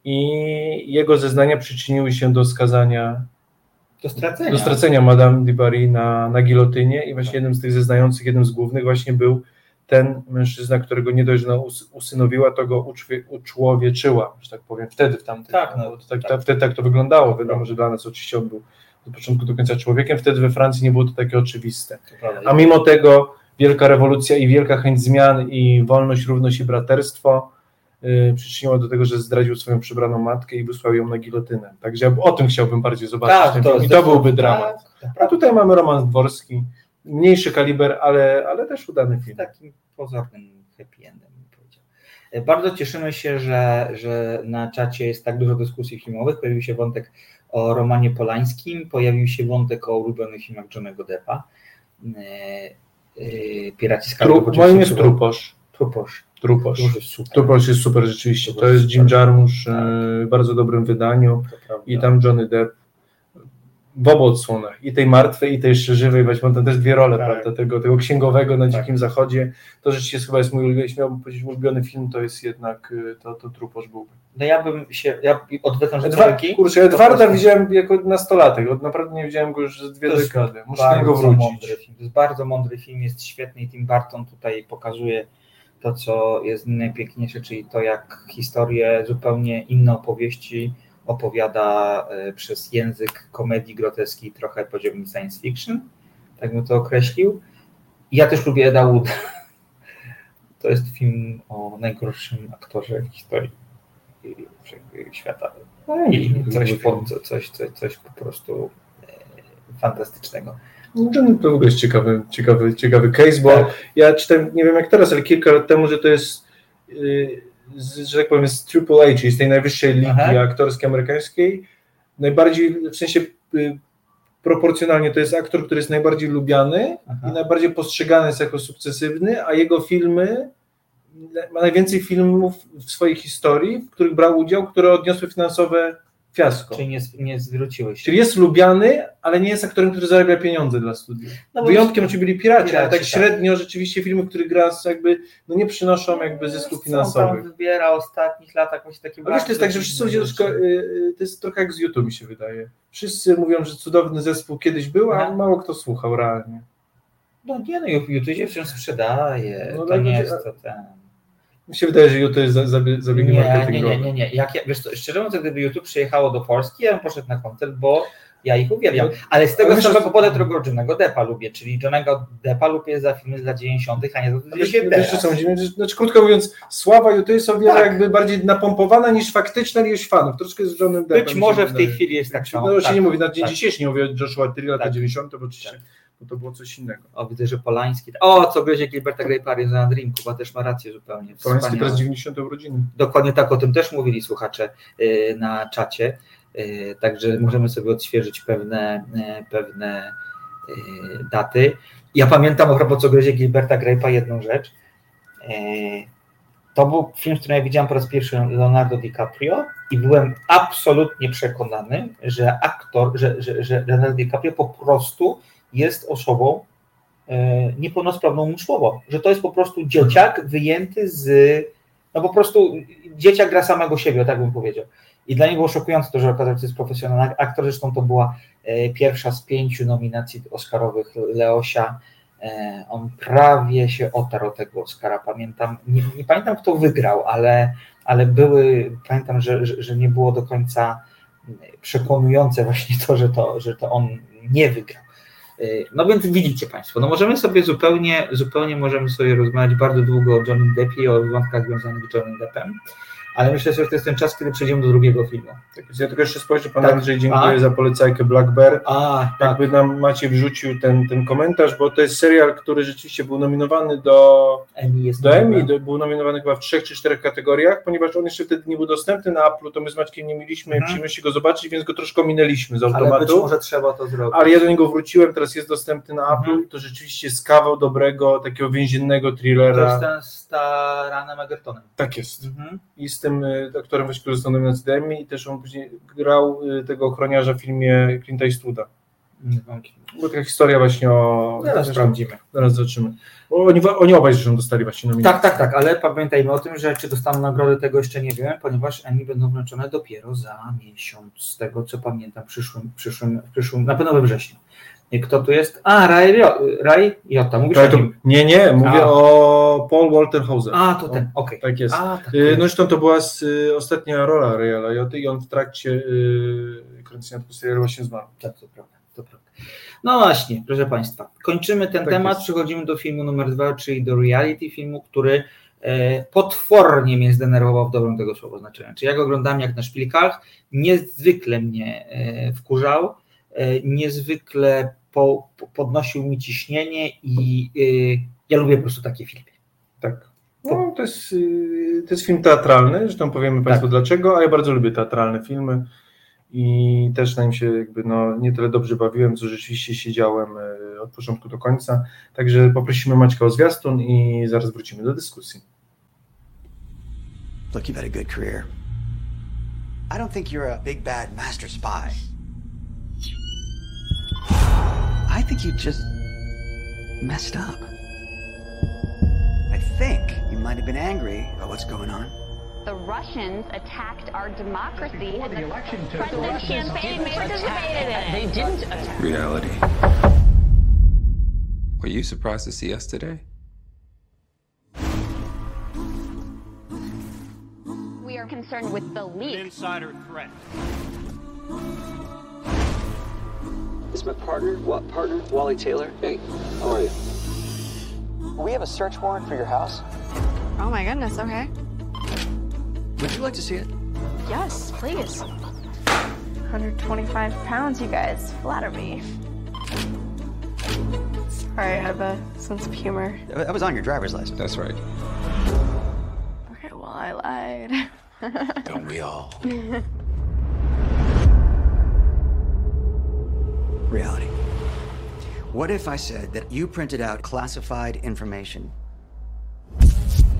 i jego zeznania przyczyniły się do skazania Do stracenia. Do stracenia Madame du Barry na, na gilotynie i właśnie jednym z tych zeznających, jednym z głównych właśnie był ten mężczyzna, którego nie dość, że no, usynowiła, to go uczwie, uczłowieczyła, że tak powiem, wtedy w tamtym. Tak, no, no, tak, tak. tak, wtedy tak to wyglądało. Wiadomo, że dla nas oczywiście on był od początku do końca człowiekiem, wtedy we Francji nie było to takie oczywiste. To A mimo tego wielka rewolucja i wielka chęć zmian i wolność, równość i braterstwo Yy, przyczyniło do tego, że zdradził swoją przybraną matkę i wysłał ją na gilotynę. Także o tym chciałbym bardziej zobaczyć. Tak, to I to byłby dramat. Tak, A tutaj mamy romans dworski, mniejszy kaliber, ale, ale też udany film. Takim pozornym happy endem, bym powiedział. Bardzo cieszymy się, że, że na czacie jest tak dużo dyskusji filmowych. Pojawił się wątek o Romanie Polańskim, pojawił się wątek o ulubionych filmach Johnny'ego Deppa. Yy, yy, Piraci z Karaibu. Moim jest Truposz. Truposz. Truposz. Super. Truposz jest super rzeczywiście. Truposz to jest Jim Jarmusch tak. w bardzo dobrym wydaniu i tam Johnny Depp w obu odsłonach. I tej martwej, i tej jeszcze żywej. Weźmy tam też dwie role, tak. prawda? Tego, tego księgowego na tak. Dzikim Zachodzie. To rzeczywiście chyba jest mój ulubiony, jeśli miałbym powiedzieć ulubiony film, to jest jednak to, to Truposz byłby. No ja bym się, ja odwykam, że Edward, kurczę, Edwarda widziałem jako nastolatek, od naprawdę nie widziałem go już z dwie dekady. Muszę do niego wrócić. Mądry film. To jest bardzo mądry film, jest świetny i Tim Burton tutaj pokazuje to, co jest najpiękniejsze, czyli to, jak historię zupełnie inne opowieści opowiada przez język komedii, groteski, trochę poziom science fiction, tak bym to określił. I ja też lubię Eda Wooda. To jest film o najgorszym aktorze w historii świata. I coś po, coś, coś, coś po prostu fantastycznego. No to w ogóle jest ciekawy, ciekawy, ciekawy case, bo tak. ja czytałem, nie wiem jak teraz, ale kilka lat temu, że to jest, że tak powiem, z Triple H, czyli z tej najwyższej ligi Aha. aktorskiej amerykańskiej, najbardziej, w sensie proporcjonalnie to jest aktor, który jest najbardziej lubiany Aha. i najbardziej postrzegany jest jako sukcesywny, a jego filmy, ma najwięcej filmów w swojej historii, w których brał udział, które odniosły finansowe fiasko. Czyli nie, nie zwróciłeś się. Czyli jest lubiany, ale nie jest aktorem, który zarabia pieniądze dla studiów. No Wyjątkiem oczywiście byli Piraci, Piraci, ale tak, tak średnio rzeczywiście filmy, które gra jakby, no nie przynoszą jakby zysków finansowych. On tam wybiera w ostatnich latach właśnie takie... Ale wiesz, to jest tak, że wszyscy ludzie troszkę, to jest trochę jak z YouTube, mi się wydaje. Wszyscy mówią, że cudowny zespół kiedyś był, a no. mało kto słuchał realnie. No nie, no YouTube się wciąż sprzedaje, no, to tak, nie to, jest to ten... Mi się wydaje, że YouTube jest zabiegi nie, marketingowe. Nie, nie, nie, nie. Jak ja, wiesz co, szczerze mówiąc, gdyby YouTube przyjechało do Polski, ja bym poszedł na koncert, bo ja ich uwielbiam. Ale z tego samego powodu tego Johnnego Deppa lubię, czyli Johnnego Deppa lubię za filmy z lat dziewięćdziesiątych, a nie za wiesz, co mówimy? Znaczy, krótko mówiąc, sława YouTube jest o wiele tak. jakby bardziej napompowana niż faktyczna ilość fanów. Troszkę z Johnem Deppem. Być może w tej chwili jest tak samo. No się tak, nie mówi, na dzień tak. dzisiejszy nie mówię o Joshua Tree, lata tak. dziewięćdziesiąte, bo oczywiście... Tak. Bo to było coś innego. O, widzę, że Polański. O, co gryzie Gilberta Grape'a na Dreamku, bo też ma rację zupełnie. Polański teraz dziewięćdziesiąte urodziny. Dokładnie tak, o tym też mówili słuchacze yy, na czacie. Yy, także możemy sobie odświeżyć pewne, yy, pewne yy, daty. Ja pamiętam a propos co gryzie Gilberta Grape'a jedną rzecz. Yy, to był film, który ja widziałem po raz pierwszy Leonardo DiCaprio i byłem absolutnie przekonany, że aktor, że, że, że Leonardo DiCaprio po prostu jest osobą e, niepełnosprawną umysłowo, że to jest po prostu dzieciak wyjęty z, no po prostu dzieciak gra samego siebie, tak bym powiedział. I dla niego było szokujące to, że okazał się, że jest profesjonalny aktor, zresztą to była e, pierwsza z pięciu nominacji oscarowych Leosia. E, on prawie się otarł tego Oscara, pamiętam, nie, nie pamiętam kto wygrał, ale, ale były, pamiętam, że, że, że nie było do końca przekonujące właśnie to, że to, że to on nie wygrał. No więc widzicie Państwo, no możemy sobie zupełnie, zupełnie możemy sobie rozmawiać bardzo długo o Johnnym Deppie i o wątkach związanych z Johnnym Deppem, ale myślę, że to jest ten czas, kiedy przejdziemy do drugiego filmu. Tak, ja tylko jeszcze spojrzę, Pan tak. Andrzej, dziękuję A? za polecajkę Black Bear. A, tak. Jakby nam Maciej wrzucił ten, ten komentarz, bo to jest serial, który rzeczywiście był nominowany do Emmy, do Emmy do, był nominowany chyba w trzech czy czterech kategoriach, ponieważ on jeszcze wtedy nie był dostępny na Apple, to my z Maćkiem nie mieliśmy hmm. przyjemności go zobaczyć, więc go troszkę minęliśmy z automatu. Ale być może trzeba to zrobić. Ale ja do niego wróciłem, teraz jest dostępny na Apple, hmm. to rzeczywiście jest kawał dobrego, takiego więziennego thrillera. To jest ten z Taranem Egertonem. Tak jest. Hmm. I z tym aktorem, który został nominowany do Emmy i też on później grał tego ochroniarza w filmie Clint'a Eastwooda. Bo taka historia właśnie o... Zaraz sprawdzimy. Zaraz zobaczymy. Bo oni, oni obaj zresztą dostali właśnie nominację. Tak, tak, tak, ale pamiętajmy o tym, że czy dostaną nagrody, tego jeszcze nie wiem, ponieważ Emmy będą wręczone dopiero za miesiąc, z tego co pamiętam, przyszłym, przyszłym, przyszłym na pewno we wrześniu. I kto tu jest? A, Ray, Ray Liotta, mówisz o nim? Nie, nie, mówię A. o Paul Walter Hauser. A, to ten, okej. Okay. Tak jest. A, tak no zresztą to była z, y, ostatnia rola Raya Lioty i on w trakcie y, kręcenia tego serialu właśnie zmarł. Tak, to prawda, to prawda. No właśnie, proszę Państwa, kończymy ten tak temat, jest. Przechodzimy do filmu numer dwa, czyli do reality filmu, który e, potwornie mnie zdenerwował w dobrym tego słowa znaczenia. Czyli ja go oglądałem jak na szpilkach, niezwykle mnie e, wkurzał, e, niezwykle po, po, podnosił mi ciśnienie i e, ja lubię po prostu takie filmy. Tak. No, to jest, to jest film teatralny, zresztą powiemy Państwu tak. dlaczego, a ja bardzo lubię teatralne filmy. I też na nim się jakby no, nie tyle dobrze bawiłem, co rzeczywiście siedziałem od początku do końca. Także poprosimy Maćka o zwiastun i zaraz wrócimy do dyskusji. Look, you've had a good career. I don't think you're a big bad master spy. I think you just messed up. I think you might have been angry about what's going on. The Russians attacked our democracy and the, the President campaign participated in it. They didn't attack. Reality. Were you surprised to see us today? We are concerned with the leak. Insider threat. This is my partner. What partner? Wally Taylor. Hey, how are you? We have a search warrant for your house. Oh my goodness, okay. Would you like to see it? Yes, please. one hundred twenty-five pounds, you guys. Flatter me. Sorry, I have a sense of humor. That was on your driver's license. That's right. Okay, well, I lied. Don't we all? Reality. What if I said that you printed out classified information?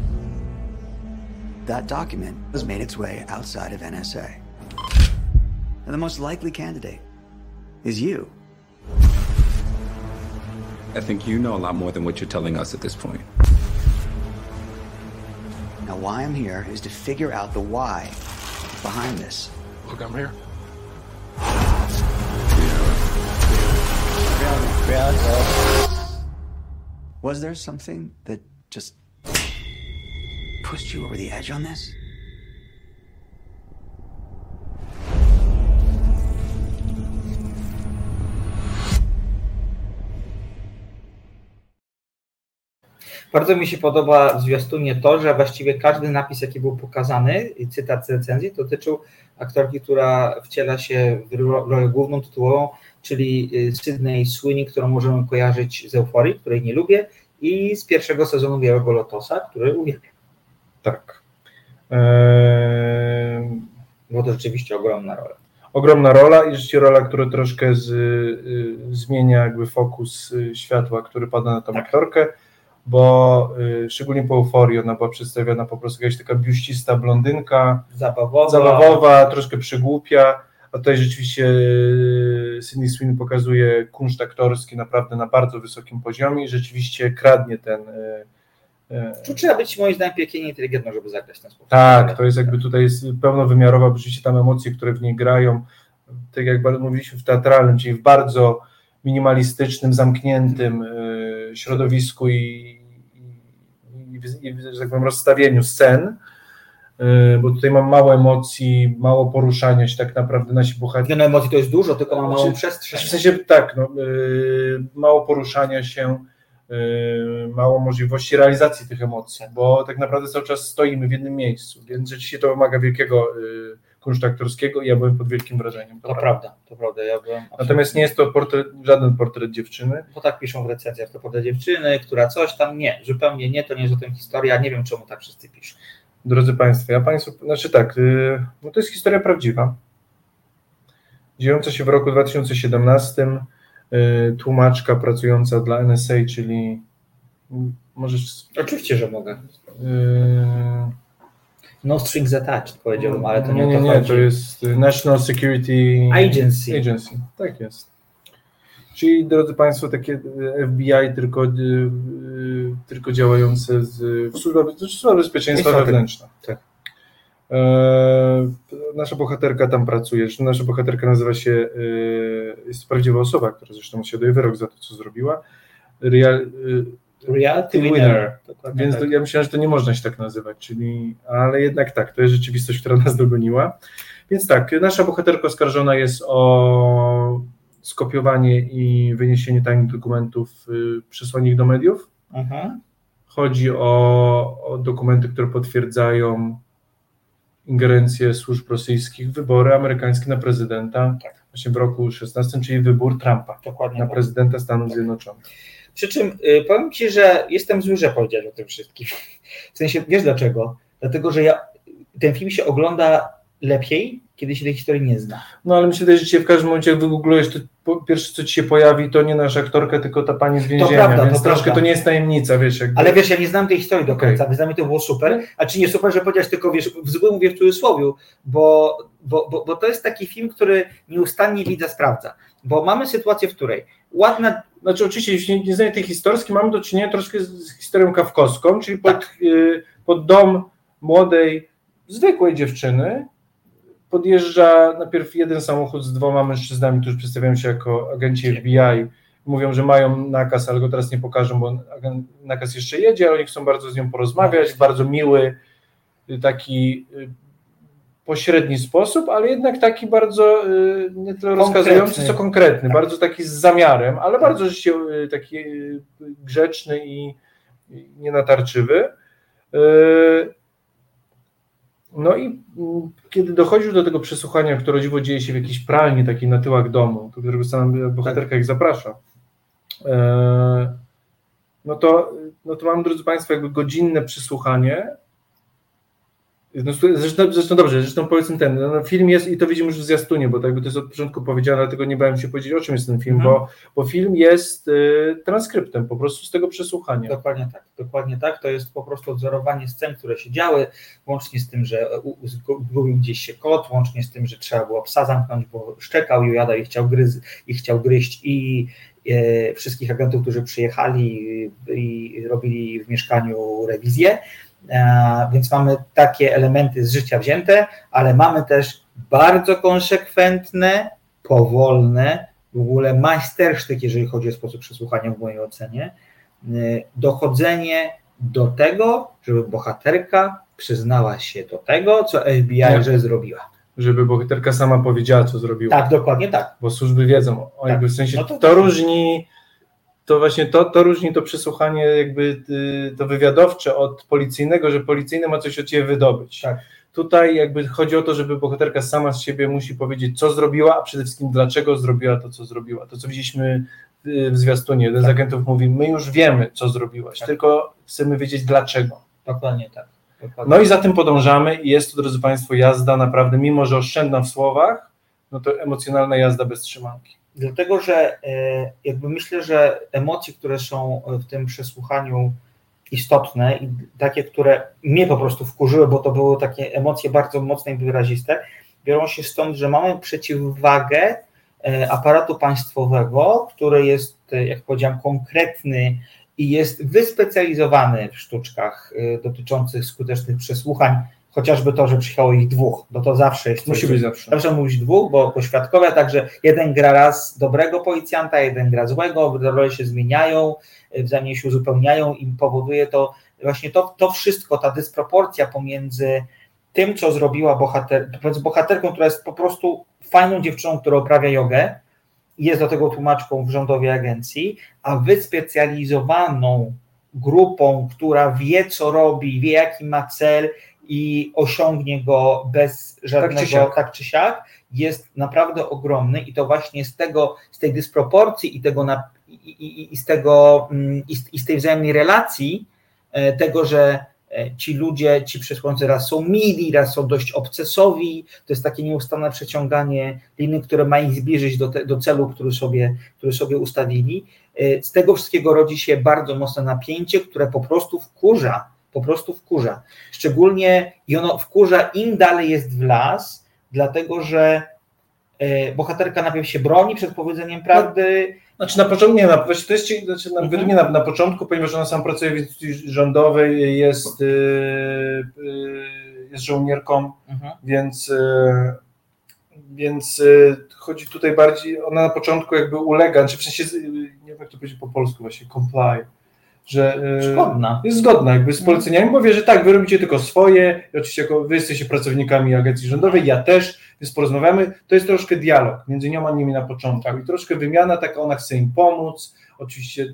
That document has made its way outside of N S A. And the most likely candidate is you. I think you know a lot more than what you're telling us at this point. Now, why I'm here is to figure out the why behind this. Look, I'm here. Was there something that just pushed you over the edge on this? Bardzo mi się podoba w zwiastunie to, że właściwie każdy napis, jaki był pokazany, cytat z recenzji, dotyczył aktorki, która wciela się w rolę główną, tytułową, czyli Sydney Sweeney, którą możemy kojarzyć z Euforii, której nie lubię, i z pierwszego sezonu Białego Lotosa, który uwielbiam. Tak. Eee... Było to rzeczywiście ogromna rola. Ogromna rola i rzeczywiście rola, która troszkę z, y, zmienia jakby fokus y, światła, który pada na tą tak. aktorkę, bo y, szczególnie po Euforii ona była przedstawiona po prostu jakaś taka biuścista blondynka, zabawowa, zabawowa troszkę przygłupia, a tutaj rzeczywiście y, Sydney Sweeney pokazuje kunszt aktorski naprawdę na bardzo wysokim poziomie i rzeczywiście kradnie ten... Y, Tu trzeba być moim zdaniem piekielnie inteligentną, żeby zagrać w ten sposób. Tak, to jest jakby tutaj jest pełnowymiarowa, bo rzeczywiście tam emocje, które w niej grają, tak jak mówiliśmy w teatralnym, czyli w bardzo minimalistycznym, zamkniętym y, środowisku i, i, i, i że tak powiem, rozstawieniu scen, y, bo tutaj mam mało emocji, mało poruszania się tak naprawdę nasi bohaterowie. No emocji to jest dużo, tylko mam małą przestrzeń. W sensie tak, no, y, mało poruszania się, mało możliwości realizacji tych emocji, bo tak naprawdę cały czas stoimy w jednym miejscu, więc rzeczywiście to wymaga wielkiego kunsztu aktorskiego i ja byłem pod wielkim wrażeniem. To, to prawda, to prawda. Ja byłem Natomiast nie jest to portret, żaden portret dziewczyny. Bo tak piszą w recenzjach, to portret dziewczyny, która coś tam, nie, zupełnie nie, to nie jest o tym historia, nie wiem czemu tak wszyscy piszą. Drodzy Państwo, ja Państwu, znaczy tak, no to jest historia prawdziwa, dziejąca się w roku dwa tysiące siedemnastym, tłumaczka pracująca dla N S A, czyli możesz... Oczywiście, że mogę. No strings attached, powiedziałbym, ale to nie, nie, o to nie, chodzi. to jest National Security Agency. Agency. Tak jest. Czyli, drodzy Państwo, takie F B I tylko, tylko działające z, w służbach bezpieczeństwa wewnętrznego. Tak. Nasza bohaterka tam pracuje, nasza bohaterka nazywa się, jest prawdziwa osoba, która zresztą się daje wyrok za to, co zrobiła, Real, Reality Winner, winner. Więc tak. to, ja myślałem, że to nie można się tak nazywać, czyli, ale jednak tak, to jest rzeczywistość, która nas dogoniła. Więc tak, nasza bohaterka oskarżona jest o skopiowanie i wyniesienie tajnych dokumentów, przesłanie ich do mediów. Aha. Chodzi o, o dokumenty, które potwierdzają ingerencję służb rosyjskich w wybory amerykańskie na prezydenta, tak. właśnie w roku szesnastym, czyli wybór Trumpa Dokładnie na tak. prezydenta Stanów tak. Zjednoczonych. Przy czym y, powiem Ci, że jestem zły, że powiedziałeś o tym wszystkim. W sensie, wiesz dlaczego? Dlatego, że ja, ten film się ogląda lepiej, kiedy się tej historii nie zna. No ale myślę, że w każdym momencie, jak wygooglujesz, to po, pierwsze, co Ci się pojawi, to nie nasza aktorka, tylko ta pani z więzienia, to prawda, więc to troszkę prawda. To nie jest tajemnica, wiesz. Jakby... Ale wiesz, ja nie znam tej historii do końca, okay. więc dla mnie to było super, a czy nie super, że powiedziałeś tylko, wiesz, w złym mówię w cudzysłowiu, bo, bo, bo, bo to jest taki film, który nieustannie widza sprawdza, bo mamy sytuację, w której ładna... Znaczy oczywiście, jeśli nie, nie znaję tej historii, mamy do czynienia troszkę z historią kawkowską, czyli pod, tak. y, pod dom młodej, zwykłej dziewczyny, podjeżdża najpierw jeden samochód z dwoma mężczyznami, którzy przedstawiają się jako agenci F B I. Mówią, że mają nakaz, ale go teraz nie pokażą, bo nakaz jeszcze jedzie, ale oni chcą bardzo z nią porozmawiać, w bardzo miły, taki pośredni sposób, ale jednak taki bardzo nie tyle rozkazujący, co konkretny, tak. bardzo taki z zamiarem, ale tak. bardzo rzeczywiście taki grzeczny i nienatarczywy. No i kiedy dochodził do tego przesłuchania, które dziwo dzieje się w jakiejś pralni takiej na tyłach domu, do którego sama bohaterka ich zaprasza, no to, no to mam, drodzy Państwo, jakby godzinne przesłuchanie No, zresztą, zresztą dobrze, zresztą powiedzmy ten, no, film jest i to widzimy już w zwiastunie, bo tak by to jest od początku powiedziane, dlatego nie bałem się powiedzieć, o czym jest ten film, mhm. bo, bo film jest y, transkryptem po prostu z tego przesłuchania. Dokładnie tak, dokładnie tak, to jest po prostu odzorowanie scen, które się działy, łącznie z tym, że zgubił gdzieś się kot, łącznie z tym, że trzeba było psa zamknąć, bo szczekał i jada i chciał, gryz, i chciał gryźć i e, wszystkich agentów, którzy przyjechali i, i robili w mieszkaniu rewizję. Więc mamy takie elementy z życia wzięte, ale mamy też bardzo konsekwentne, powolne, w ogóle majstersztyk, jeżeli chodzi o sposób przesłuchania w mojej ocenie, dochodzenie do tego, żeby bohaterka przyznała się do tego, co F B I Nie. że zrobiła. Żeby bohaterka sama powiedziała, co zrobiła. Tak, dokładnie tak. Bo służby wiedzą, o, jakby w sensie no to, to tak. różni... To właśnie to, to różni to przesłuchanie jakby to wywiadowcze od policyjnego, że policyjny ma coś od ciebie wydobyć. Tak. Tutaj jakby chodzi o to, żeby bohaterka sama z siebie musi powiedzieć, co zrobiła, a przede wszystkim dlaczego zrobiła to, co zrobiła. To, co widzieliśmy w zwiastunie, jeden tak. z agentów mówi, my już wiemy, co zrobiłaś, tak. tylko chcemy wiedzieć dlaczego. Dokładnie tak. Dokładnie. No i za tym podążamy i jest to, drodzy Państwo, jazda naprawdę, mimo że oszczędna w słowach, no to emocjonalna jazda bez trzymanki. Dlatego, że jakby myślę, że emocje, które są w tym przesłuchaniu istotne i takie, które mnie po prostu wkurzyły, bo to były takie emocje bardzo mocne i wyraziste, biorą się stąd, że mamy przeciwwagę aparatu państwowego, który jest, jak powiedziałem, konkretny i jest wyspecjalizowany w sztuczkach dotyczących skutecznych przesłuchań, chociażby to, że przyjechało ich dwóch, bo to zawsze jest Musi coś, być zawsze. Zawsze musi być dwóch, bo, bo świadkowie, także jeden gra raz dobrego policjanta, jeden gra złego, role się zmieniają, wzajemnie się uzupełniają i powoduje to właśnie to, to wszystko, ta dysproporcja pomiędzy tym, co zrobiła bohater, bohaterką, która jest po prostu fajną dziewczyną, która uprawia jogę i jest do tego tłumaczką w rządowej agencji, a wyspecjalizowaną grupą, która wie, co robi, wie, jaki ma cel i osiągnie go bez żadnego tak czy siak, tak czy siak jest naprawdę ogromny i to właśnie z tego, z tej dysproporcji i tego na, i, i, i z tego i z, i z tej wzajemnej relacji tego, że ci ludzie, ci przesłancy raz są mili, raz są dość obcesowi, to jest takie nieustanne przeciąganie liny, które ma ich zbliżyć do, te, do celu, który sobie, który sobie ustawili. Z tego wszystkiego rodzi się bardzo mocne napięcie, które po prostu wkurza, po prostu wkurza. Szczególnie i ono wkurza im dalej jest w las, dlatego że bohaterka najpierw się broni przed powiedzeniem prawdy. Znaczy na początku, nie, na, to jest, znaczy na, mhm. nie na, na początku, ponieważ ona sama pracuje w instytucji rządowej, jest, yy, yy, jest żołnierką, mhm. więc, yy, więc yy, chodzi tutaj bardziej, ona na początku jakby ulega, znaczy w sensie, nie wiem jak to powiedzieć po polsku właśnie, comply. Że zgodna. Jest zgodna jakby z poleceniami, bo wie, że tak, wy robicie tylko swoje, i oczywiście jako wy jesteście pracownikami agencji rządowej, ja też, więc porozmawiamy, to jest troszkę dialog między nią a nimi na początku tak. i troszkę wymiana taka, ona chce im pomóc, oczywiście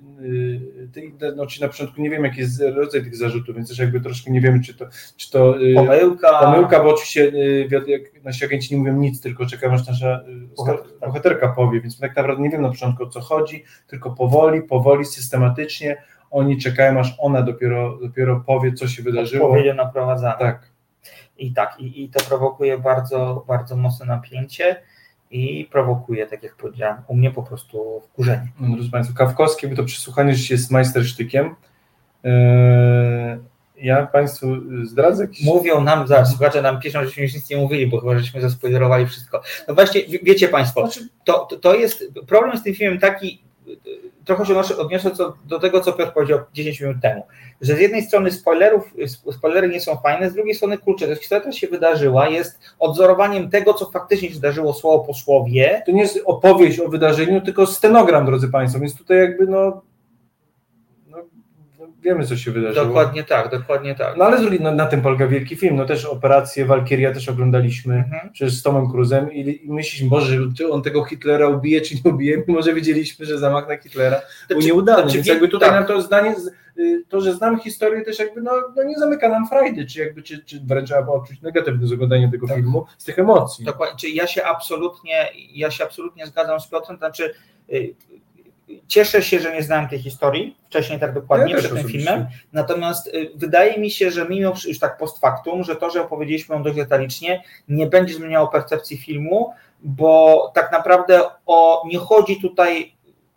yy, no, czy na początku nie wiem jaki jest rodzaj tych zarzutów, więc też jakby troszkę nie wiemy czy to, czy to yy, pomyłka. pomyłka, bo oczywiście yy, jak nasi agenci nie mówią nic, tylko czekają aż nasza yy, bohaterka powie, więc tak naprawdę nie wiem na początku o co chodzi, tylko powoli, powoli, systematycznie oni czekają, aż ona dopiero, dopiero powie, co się wydarzyło. Odpowiednio naprowadzane. Tak. I tak, i, i to prowokuje bardzo, bardzo mocne napięcie i prowokuje, tak jak powiedziałem, u mnie po prostu wkurzenie. No, drodzy Państwo, Kafkowskie, by to przesłuchanie rzeczywiście jest majstersztykiem. Eee, ja Państwu zdradzę jakiś... Mówią nam, zaraz, słuchacze nam piszą, żeśmy już nic nie mówili, bo chyba żeśmy zaspoilerowali wszystko. No właśnie, wiecie Państwo, to, to, to jest, problem z tym filmem taki, trochę się odniosę co, do tego, co Piotr powiedział dziesięć minut temu, że z jednej strony spoilerów, spoilery nie są fajne, z drugiej strony, kurczę, to historia, która się wydarzyła, jest odzorowaniem tego, co faktycznie się wydarzyło słowo po słowie. To nie jest opowieść o wydarzeniu, tylko stenogram, drodzy Państwo, więc tutaj jakby no, no wiemy, co się wydarzyło. Dokładnie tak, dokładnie tak. No ale z drugiej, no, na tym polega wielki film, no też operację Walkiria też oglądaliśmy, mhm. przecież z Tomem Cruzem i, i myśleliśmy, Boże, czy on tego Hitlera ubije, czy nie ubije, mimo że wiedzieliśmy, że zamach na Hitlera to był nieudany, to, więc jakby tutaj tak. nam to zdanie, to, że znamy historię też jakby, no, no nie zamyka nam frajdy, czy jakby, czy, czy wręcz trzeba odczuć negatywne z oglądania tego tak. filmu, z tych emocji. Dokładnie, czyli ja się absolutnie, ja się absolutnie zgadzam z Piotrem, to znaczy cieszę się, że nie znałem tej historii wcześniej tak dokładnie ja przed tym filmem, natomiast wydaje mi się, że mimo już tak post factum, że to, że opowiedzieliśmy ją dość detalicznie, nie będzie zmieniało percepcji filmu, bo tak naprawdę o, nie chodzi tutaj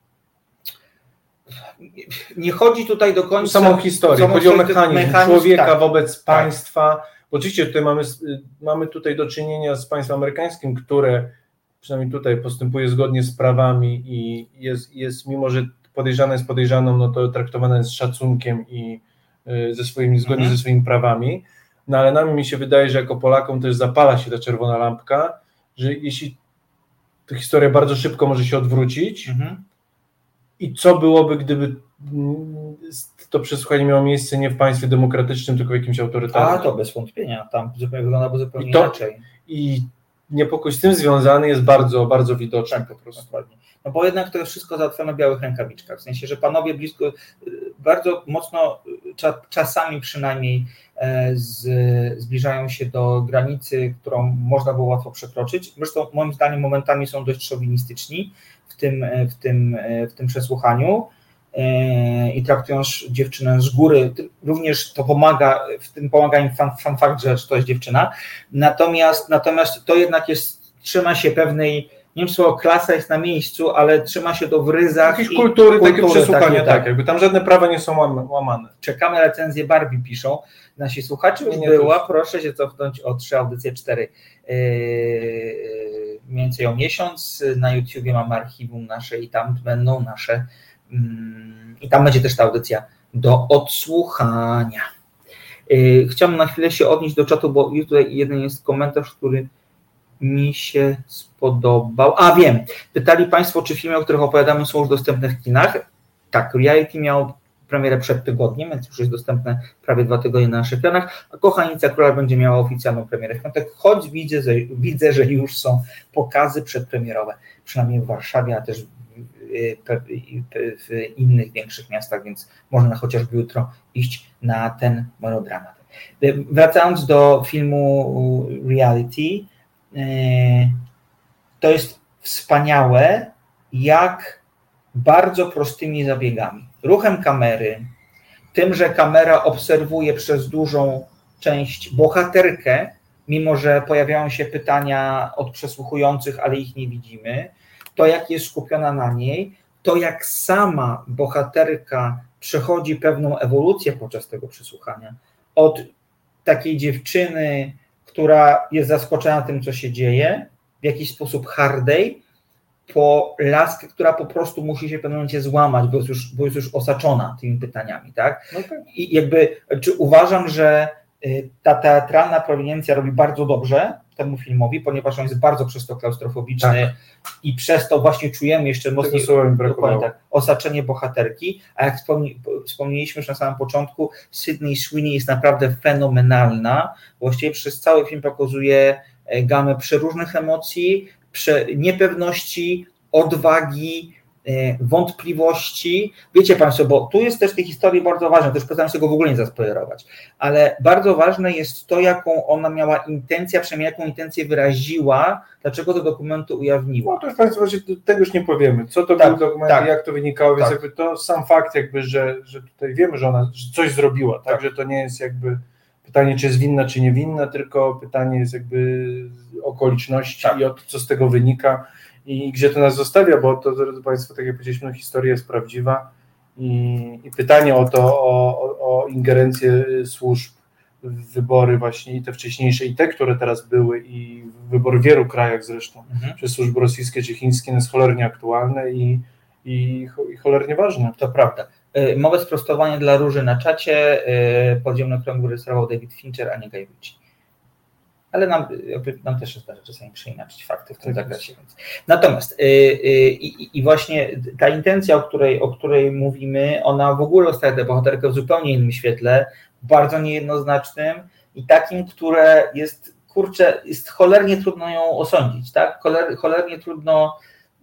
nie chodzi tutaj do końca o samą historię, chodzi o mechanizm, mechanizm człowieka tak, wobec państwa. Tak. Oczywiście tutaj mamy, mamy tutaj do czynienia z państwem amerykańskim, które przynajmniej tutaj postępuje zgodnie z prawami i jest, jest mimo że podejrzane jest podejrzaną, no to traktowane jest z szacunkiem i ze swoimi, zgodnie mhm. ze swoimi prawami. No ale nam mi się wydaje, że jako Polakom też zapala się ta czerwona lampka, że jeśli ta historia bardzo szybko może się odwrócić mhm. i co byłoby, gdyby to przesłuchanie miało miejsce nie w państwie demokratycznym, tylko w jakimś autorytarnym. A to bez wątpienia, tam zupełnie wyglądało zupełnie I to, inaczej. I niepokój z tym związany jest bardzo, bardzo widoczny tak, po prostu. Dokładnie. No bo jednak to jest wszystko załatwione w białych rękawiczkach, w sensie, że panowie blisko, bardzo mocno, czasami przynajmniej z, zbliżają się do granicy, którą można było łatwo przekroczyć. Zresztą moim zdaniem momentami są dość szowinistyczni w tym, w tym, w tym przesłuchaniu i traktują dziewczynę z góry, również to pomaga, w tym pomaga im fan, fan fakt, że to jest dziewczyna, natomiast, natomiast to jednak jest, trzyma się pewnej, nie wiem, czy słowo klasa jest na miejscu, ale trzyma się to w ryzach jakieś kultury, kultury takie przesłuchania, takie, tak, jakby tam żadne prawa nie są łamane. Czekamy na recenzję Barbie, piszą nasi słuchacze, już była, też. Proszę się cofnąć o trzy audycje cztery, yy, mniej więcej o miesiąc, na YouTubie mamy archiwum nasze i tam będą nasze i tam będzie też ta audycja do odsłuchania. Chciałbym na chwilę się odnieść do czatu, bo tutaj jeden jest komentarz, który mi się spodobał. A wiem, pytali Państwo, czy filmy, o których opowiadamy, są już dostępne w kinach. Tak, Reality miał premierę przed tygodniem, więc już jest dostępne prawie dwa tygodnie na naszych ekranach, a Kochanica Króla będzie miała oficjalną premierę w piątek, choć widzę, że, widzę, że już są pokazy przedpremierowe, przynajmniej w Warszawie, a też w innych większych miastach, więc można chociażby jutro iść na ten melodramat. Wracając do filmu Reality, to jest wspaniałe, jak bardzo prostymi zabiegami, ruchem kamery, tym, że kamera obserwuje przez dużą część bohaterkę, mimo że pojawiają się pytania od przesłuchujących, ale ich nie widzimy, to jak jest skupiona na niej, to jak sama bohaterka przechodzi pewną ewolucję podczas tego przesłuchania. Od takiej dziewczyny, która jest zaskoczona tym, co się dzieje, w jakiś sposób hardej, po laskę, która po prostu musi się w pewnym momencie złamać, bo jest już, bo jest już osaczona tymi pytaniami, tak? Okay. I jakby, czy uważam, że ta teatralna proweniencja robi bardzo dobrze temu filmowi, ponieważ on jest bardzo przez to klaustrofobiczny tak. i przez to właśnie czujemy jeszcze mocniej tak, osaczenie bohaterki, a jak wspomni, wspomnieliśmy już na samym początku, Sydney Sweeney jest naprawdę fenomenalna, właściwie przez cały film pokazuje gamę przeróżnych emocji, prze, niepewności, odwagi, wątpliwości. Wiecie Państwo, bo tu jest też w tej historii bardzo ważne, też postaram się go w ogóle nie zaspoilerować, ale bardzo ważne jest to, jaką ona miała intencję, przynajmniej jaką intencję wyraziła, dlaczego do dokumentu ujawniła. No to już Państwo, tego już nie powiemy, co to tak, był dokument, tak, jak to wynikało, więc tak. jakby to sam fakt jakby, że, że tutaj wiemy, że ona że coś zrobiła, tak, tak, że to nie jest jakby pytanie, czy jest winna, czy niewinna, tylko pytanie jest jakby okoliczności tak. i o to, co z tego wynika i gdzie to nas zostawia, bo to, drodzy Państwo, tak jak powiedzieliśmy, no, historia jest prawdziwa i, i pytanie o to, o, o, o ingerencję służb w wybory właśnie i te wcześniejsze, i te, które teraz były, i wybory w wielu krajach zresztą, mhm. przez służby rosyjskie czy chińskie, jest cholernie aktualne i, i, i cholernie ważne. To prawda. Małe sprostowanie dla Róży na czacie. Podziemny krąg rejestrował David Fincher, a nie Guy Ritchie. Ale nam, nam też zdarza czasami przeinaczyć fakty w tym zakresie. Więc. Natomiast yy, yy, i właśnie ta intencja, o której, o której mówimy, ona w ogóle stawia tę bohaterkę w zupełnie innym świetle, bardzo niejednoznacznym i takim, które jest, kurczę, jest cholernie trudno ją osądzić, tak? Choler, cholernie trudno.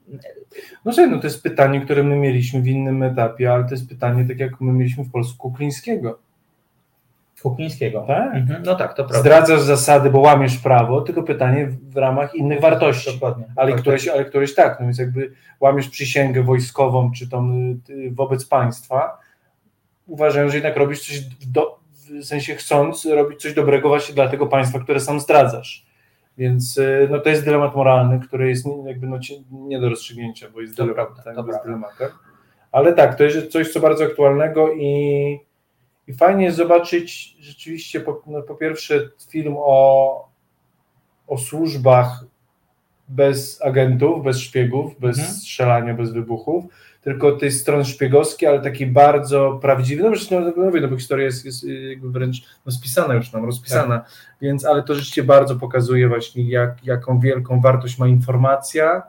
No słuchaj, no to jest pytanie, które my mieliśmy w innym etapie, ale to jest pytanie, tak jak my mieliśmy w Polsku Kuklińskiego. Kuklińskiego. Tak? Mhm. No tak, to prawda. Zdradzasz zasady, bo łamiesz prawo, tylko pytanie w ramach innych wartości. Dokładnie. Ale tak, któreś, ale któreś tak, no więc jakby łamiesz przysięgę wojskową, czy tam y, wobec państwa, uważają, że jednak robisz coś, do, w sensie chcąc robić coś dobrego właśnie dla tego państwa, które sam zdradzasz. Więc y, no to jest dylemat moralny, który jest jakby no, nie do rozstrzygnięcia, bo jest, to dylemat, prawda, tak, to bo jest prawda. dylematem. Ale tak, to jest coś, co bardzo aktualnego i, i fajnie jest zobaczyć rzeczywiście po, no, po pierwsze film o, o służbach bez agentów, bez szpiegów, bez mhm. strzelania, bez wybuchów, tylko tej strony szpiegowskiej, ale taki bardzo prawdziwy. No przecież no, mówię, no bo historia jest, jest jakby wręcz no, spisana już nam, rozpisana, tak. Więc ale to rzeczywiście bardzo pokazuje właśnie, jak, jaką wielką wartość ma informacja,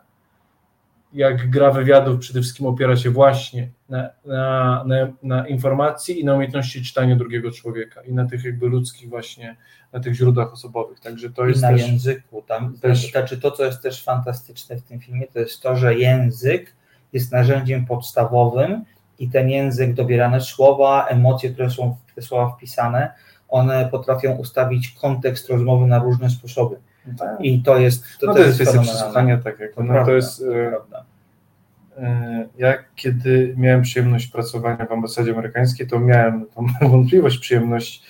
jak gra wywiadów przede wszystkim opiera się właśnie na, na, na, na informacji i na umiejętności czytania drugiego człowieka i na tych jakby ludzkich właśnie, na tych źródłach osobowych. Także to I jest na też, języku. Tam też... Znaczy to, co jest też fantastyczne w tym filmie, to jest to, że język jest narzędziem podstawowym i ten język, dobierane słowa, emocje, które są w te słowa wpisane, one potrafią ustawić kontekst rozmowy na różne sposoby. Tak. I to jest to, no to to jest kwestia fenomenalne. przesłuchania, tak jak to, no, prawda, to jest. To prawda. Ja kiedy miałem przyjemność pracowania w ambasadzie amerykańskiej, to miałem tą wątpliwość, przyjemność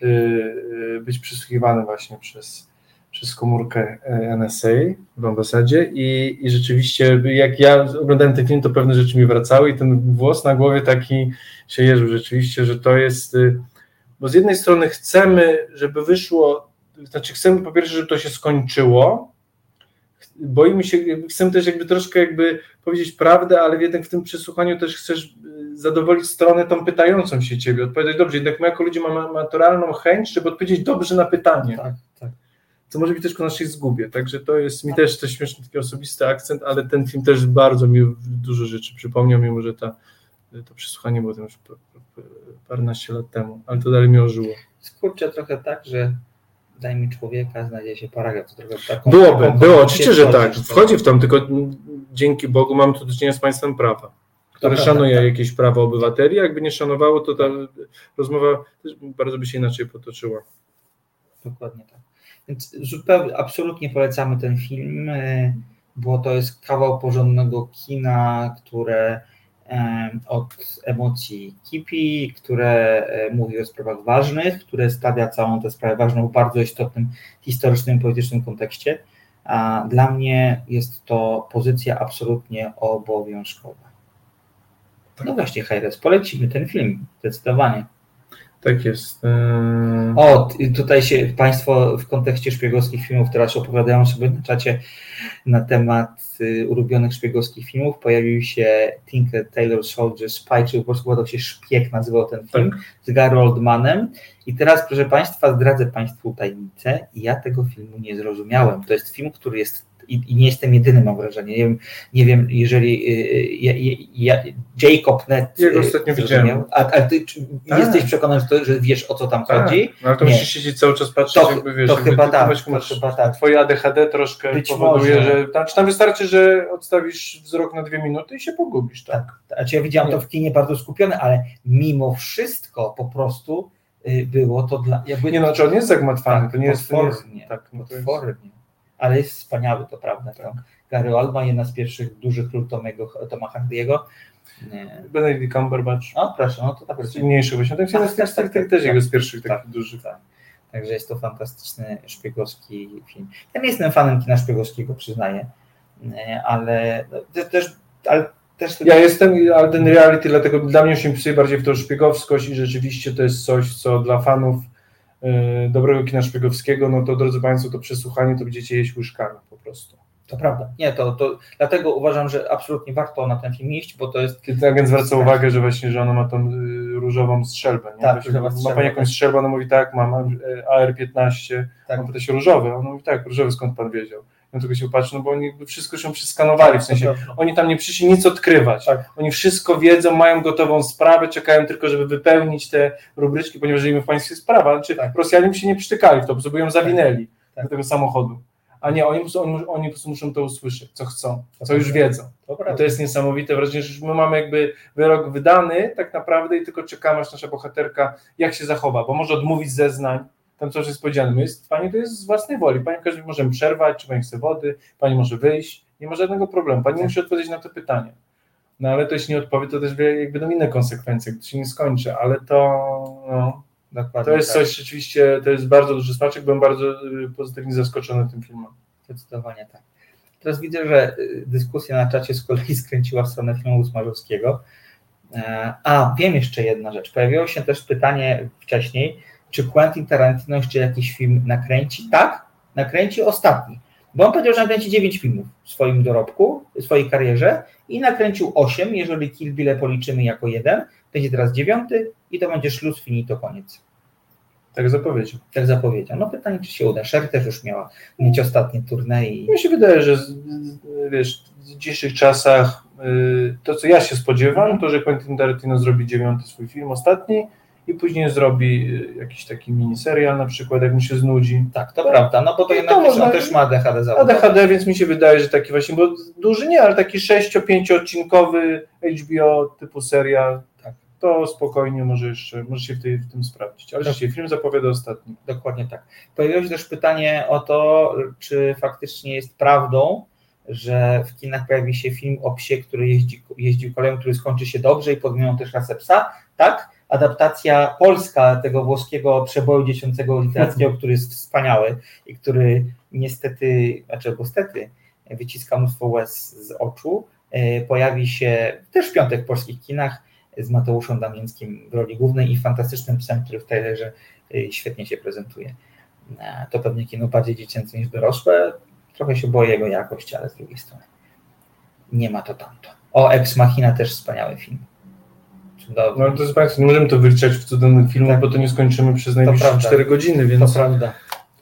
być przesłuchiwany właśnie przez, przez komórkę N S A w ambasadzie i, i rzeczywiście jak ja oglądałem ten film, to pewne rzeczy mi wracały i ten włos na głowie taki się jeżył rzeczywiście, że to jest, bo z jednej strony chcemy, żeby wyszło, znaczy chcemy po pierwsze, żeby to się skończyło, boimy się, chcemy też jakby troszkę jakby powiedzieć prawdę, ale jednak w tym przesłuchaniu też chcesz zadowolić stronę tą pytającą się ciebie, odpowiadać dobrze, jednak my jako ludzie mamy naturalną chęć, żeby odpowiedzieć dobrze na pytanie. Tak, tak. Co może być też ku naszej zgubie, także to jest mi też to śmieszny taki osobisty akcent, ale ten film też bardzo mi dużo rzeczy przypomniał, mimo że ta, to przesłuchanie było tam już paręnaście lat temu, ale to dalej mi ożyło. Skurczę trochę tak, że Daj mi człowieka, znajdzie się paragraf. To trochę taką, Byłoby, taką było, oczywiście, że tak. wchodzi, Wchodzi w tą, tylko dzięki Bogu mam tu do czynienia z państwem prawa, które to szanuje prawda, jakieś prawa obywateli. Jakby nie szanowało, to ta rozmowa też bardzo by się inaczej potoczyła. Dokładnie tak. Więc zupełnie, absolutnie polecamy ten film, bo to jest kawał porządnego kina, które od emocji kipi, które mówi o sprawach ważnych, które stawia całą tę sprawę ważną w bardzo istotnym historycznym, politycznym kontekście. A dla mnie jest to pozycja absolutnie obowiązkowa. No właśnie, Hajres, polecimy ten film, zdecydowanie. Tak jest. O, tutaj się Państwo w kontekście szpiegowskich filmów teraz opowiadają sobie na czacie na temat ulubionych szpiegowskich filmów. Pojawił się Tinker Tailor Soldier Spy, czy po prostu chyba się Szpieg nazywał ten film, tak, z Gary Oldmanem. I teraz, proszę Państwa, zdradzę Państwu tajemnicę. Ja tego filmu nie zrozumiałem. To jest film, który jest i, i nie jestem jedyny, mam wrażenie. Nie wiem, nie wiem jeżeli y, ja, ja, Jacob Net ja go ostatnio widziałem. A, a ty czy jesteś przekonany, że, to, że wiesz, o co tam tak, chodzi? No ale to nie. Musisz siedzieć cały czas patrzeć, to, jakby wiesz, to jakby chyba ty, tak, masz, to masz, chyba tak. Twoje A D H D troszkę Być powoduje, może. że tam, czy tam wystarczy, że odstawisz wzrok na dwie minuty i się pogubisz. Tak, tak. Znaczy ja widziałem nie. to w kinie bardzo skupione, ale mimo wszystko po prostu y, było to dla... Jakby, nie no, czy on jest zagmatwany, tak, to nie jest... Potwornie, to nie jest, tak, no potwornie. Jest... Ale jest wspaniały, to prawda. Tak. Gary Oldman, jedna z pierwszych dużych ról Toma Hardy'ego. Benedict Cumberbatch. O proszę, no to tak jest mniejszy właśnie. Tak, tak, tak, tak, tak, też jego z pierwszych takich tak, dużych. Tak. Także jest to fantastyczny szpiegowski film. Ja nie jestem fanem kina szpiegowskiego, przyznaję, ale też... Ale też ja jestem, ale ten reality, dlatego dla mnie się wpisuje bardziej w tą szpiegowskość i rzeczywiście to jest coś, co dla fanów yy, dobrego kina szpiegowskiego, no to drodzy Państwo, to przesłuchanie to będziecie jeść łyżkami po prostu. To prawda. Nie, to, to dlatego uważam, że absolutnie warto na ten film iść, bo to jest... Kiedy agent zwraca uwagę, że właśnie, że ona ma tą y, różową strzelbę, nie? Tak, ma strzelba, Pani jakąś strzelbę, ona mówi tak, mam A R piętnaście, tak. On pyta się różowy, on mówi tak, różowy, skąd Pan wiedział? On tylko się patrzy, no bo oni wszystko się przeskanowali, w sensie oni tam nie przyszli nic odkrywać, tak. Oni wszystko wiedzą, mają gotową sprawę, czekają tylko, żeby wypełnić te rubryczki, ponieważ im w państwie jest sprawa, znaczy tak. Rosjanie się nie przytykali w to, po prostu ją zawinęli tak. do tego samochodu. A nie, oni, oni, oni po prostu muszą to usłyszeć, co chcą, co już wiedzą. I to jest niesamowite wrażenie, że my mamy jakby wyrok wydany tak naprawdę i tylko czekamy, aż nasza bohaterka jak się zachowa, bo może odmówić zeznań, tam coś jest powiedziane, my jest, pani to jest z własnej woli, pani każdy możemy przerwać, czy pani chce wody, pani może wyjść, nie ma żadnego problemu, pani musi odpowiedzieć na to pytanie. No ale to jeśli nie odpowie, to też jakby będą inne konsekwencje, to się nie skończy, ale to no, to jest tak. Coś rzeczywiście, to jest bardzo duży smaczek, byłem bardzo pozytywnie zaskoczony tym filmem. Zdecydowanie tak. Teraz widzę, że dyskusja na czacie z kolei skręciła w stronę filmu Smarzowskiego. A, wiem jeszcze jedna rzecz. Pojawiło się też pytanie wcześniej, czy Quentin Tarantino jeszcze jakiś film nakręci? Tak, nakręci ostatni. Bo on powiedział, że nakręci dziewięć filmów w swoim dorobku, w swojej karierze i nakręcił osiem, jeżeli Kill Bill'e policzymy jako jeden, będzie teraz dziewiąty i to będzie szluz, finito, koniec. Tak zapowiedział. Tak zapowiedział. No pytanie, czy się uda. Sher też już miała mieć ostatnie turnieje. I... Mi się wydaje, że wiesz, w dzisiejszych czasach to, co ja się spodziewam, to, że Quentin Tarantino zrobi dziewiąty swój film, ostatni, i później zrobi jakiś taki miniserial na przykład, jak mu się znudzi. Tak, to tak. Prawda, no bo to jednak to on też ma A D H D zawodowe. A D H D, więc mi się wydaje, że taki właśnie, bo duży nie, ale taki sześcio-pięcioodcinkowy H B O typu serial, tak. To spokojnie może jeszcze, może się w, tej, w tym sprawdzić. Ale rzeczywiście film zapowiada ostatni. Dokładnie tak. Pojawiło się też pytanie o to, czy faktycznie jest prawdą, że w kinach pojawi się film o psie, który jeździ, jeździł koleją, który skończy się dobrze i podmienią też rasę psa, tak? Adaptacja polska tego włoskiego przeboju dziecięcego literackiego, który jest wspaniały i który niestety, znaczy niestety wyciska mnóstwo łez z oczu, pojawi się też w piątek w polskich kinach z Mateuszem Damińskim w roli głównej i fantastycznym psem, który w trailerze świetnie się prezentuje. To pewnie kino bardziej dziecięce niż dorosłe, trochę się boję jego jakości, ale z drugiej strony nie ma to tamto. O, Ex Machina też wspaniały film. No ale to jest Państwo, nie możemy to wyliczać w cudownych filmach, tak. Bo to nie skończymy przez najbliższe cztery godziny, więc... To prawda.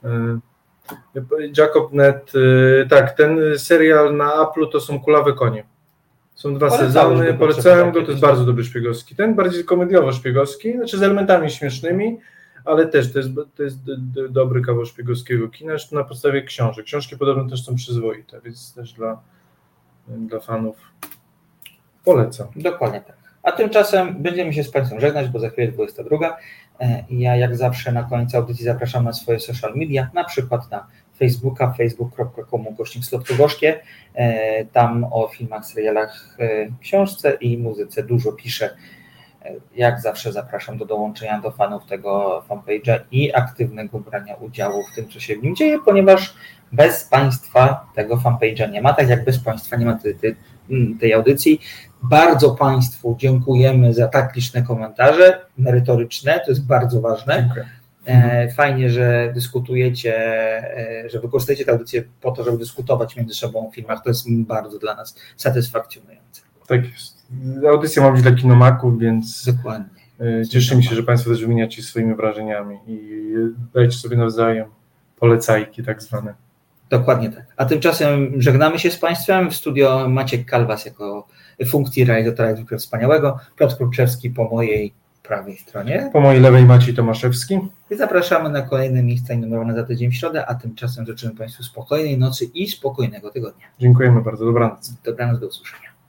Jacob Net, tak, ten serial na Apple'u to są Kulawe konie. Są dwa sezony, polecałem go, to jest bardzo dobry szpiegowski. Ten bardziej komediowo-szpiegowski, znaczy z elementami śmiesznymi, ale też to jest, to jest d- d- dobry kawał szpiegowskiego kina, na podstawie książek. Książki podobno też są przyzwoite, więc też dla, dla fanów polecam. Dokładnie tak. A tymczasem będziemy się z Państwem żegnać, bo za chwilę dwudziesta druga. Ja jak zawsze na koniec audycji zapraszam na swoje social media, na przykład na Facebooka, facebook kropka com ukośnik słodko-gorzkie. Tam o filmach, serialach, książce i muzyce dużo piszę. Jak zawsze zapraszam do dołączenia do fanów tego fanpage'a i aktywnego brania udziału w tym, co się w nim dzieje, ponieważ bez Państwa tego fanpage'a nie ma, tak jak bez Państwa nie ma tej, tej, tej audycji. Bardzo Państwu dziękujemy za tak liczne komentarze merytoryczne, to jest bardzo ważne. Dziękuję. Fajnie, że dyskutujecie, że wykorzystujecie tę audycję po to, żeby dyskutować między sobą o filmach, to jest bardzo dla nas satysfakcjonujące. Tak jest. Audycja ma być dla kinomaków, więc dokładnie. Cieszę mi się, że Państwo też wymieniacie swoimi wrażeniami i dajcie sobie nawzajem polecajki tak zwane. Dokładnie tak. A tymczasem żegnamy się z Państwem. W studio Maciek Kalwas jako funkcji realizatora zwykle wspaniałego, Piotr Kruczewski po mojej prawej stronie. Po mojej lewej Maciej Tomaszewski. I zapraszamy na kolejne miejsca i numerowane za tydzień w środę, a tymczasem życzymy Państwu spokojnej nocy i spokojnego tygodnia. Dziękujemy bardzo. Dobranoc. Dobranoc, do usłyszenia.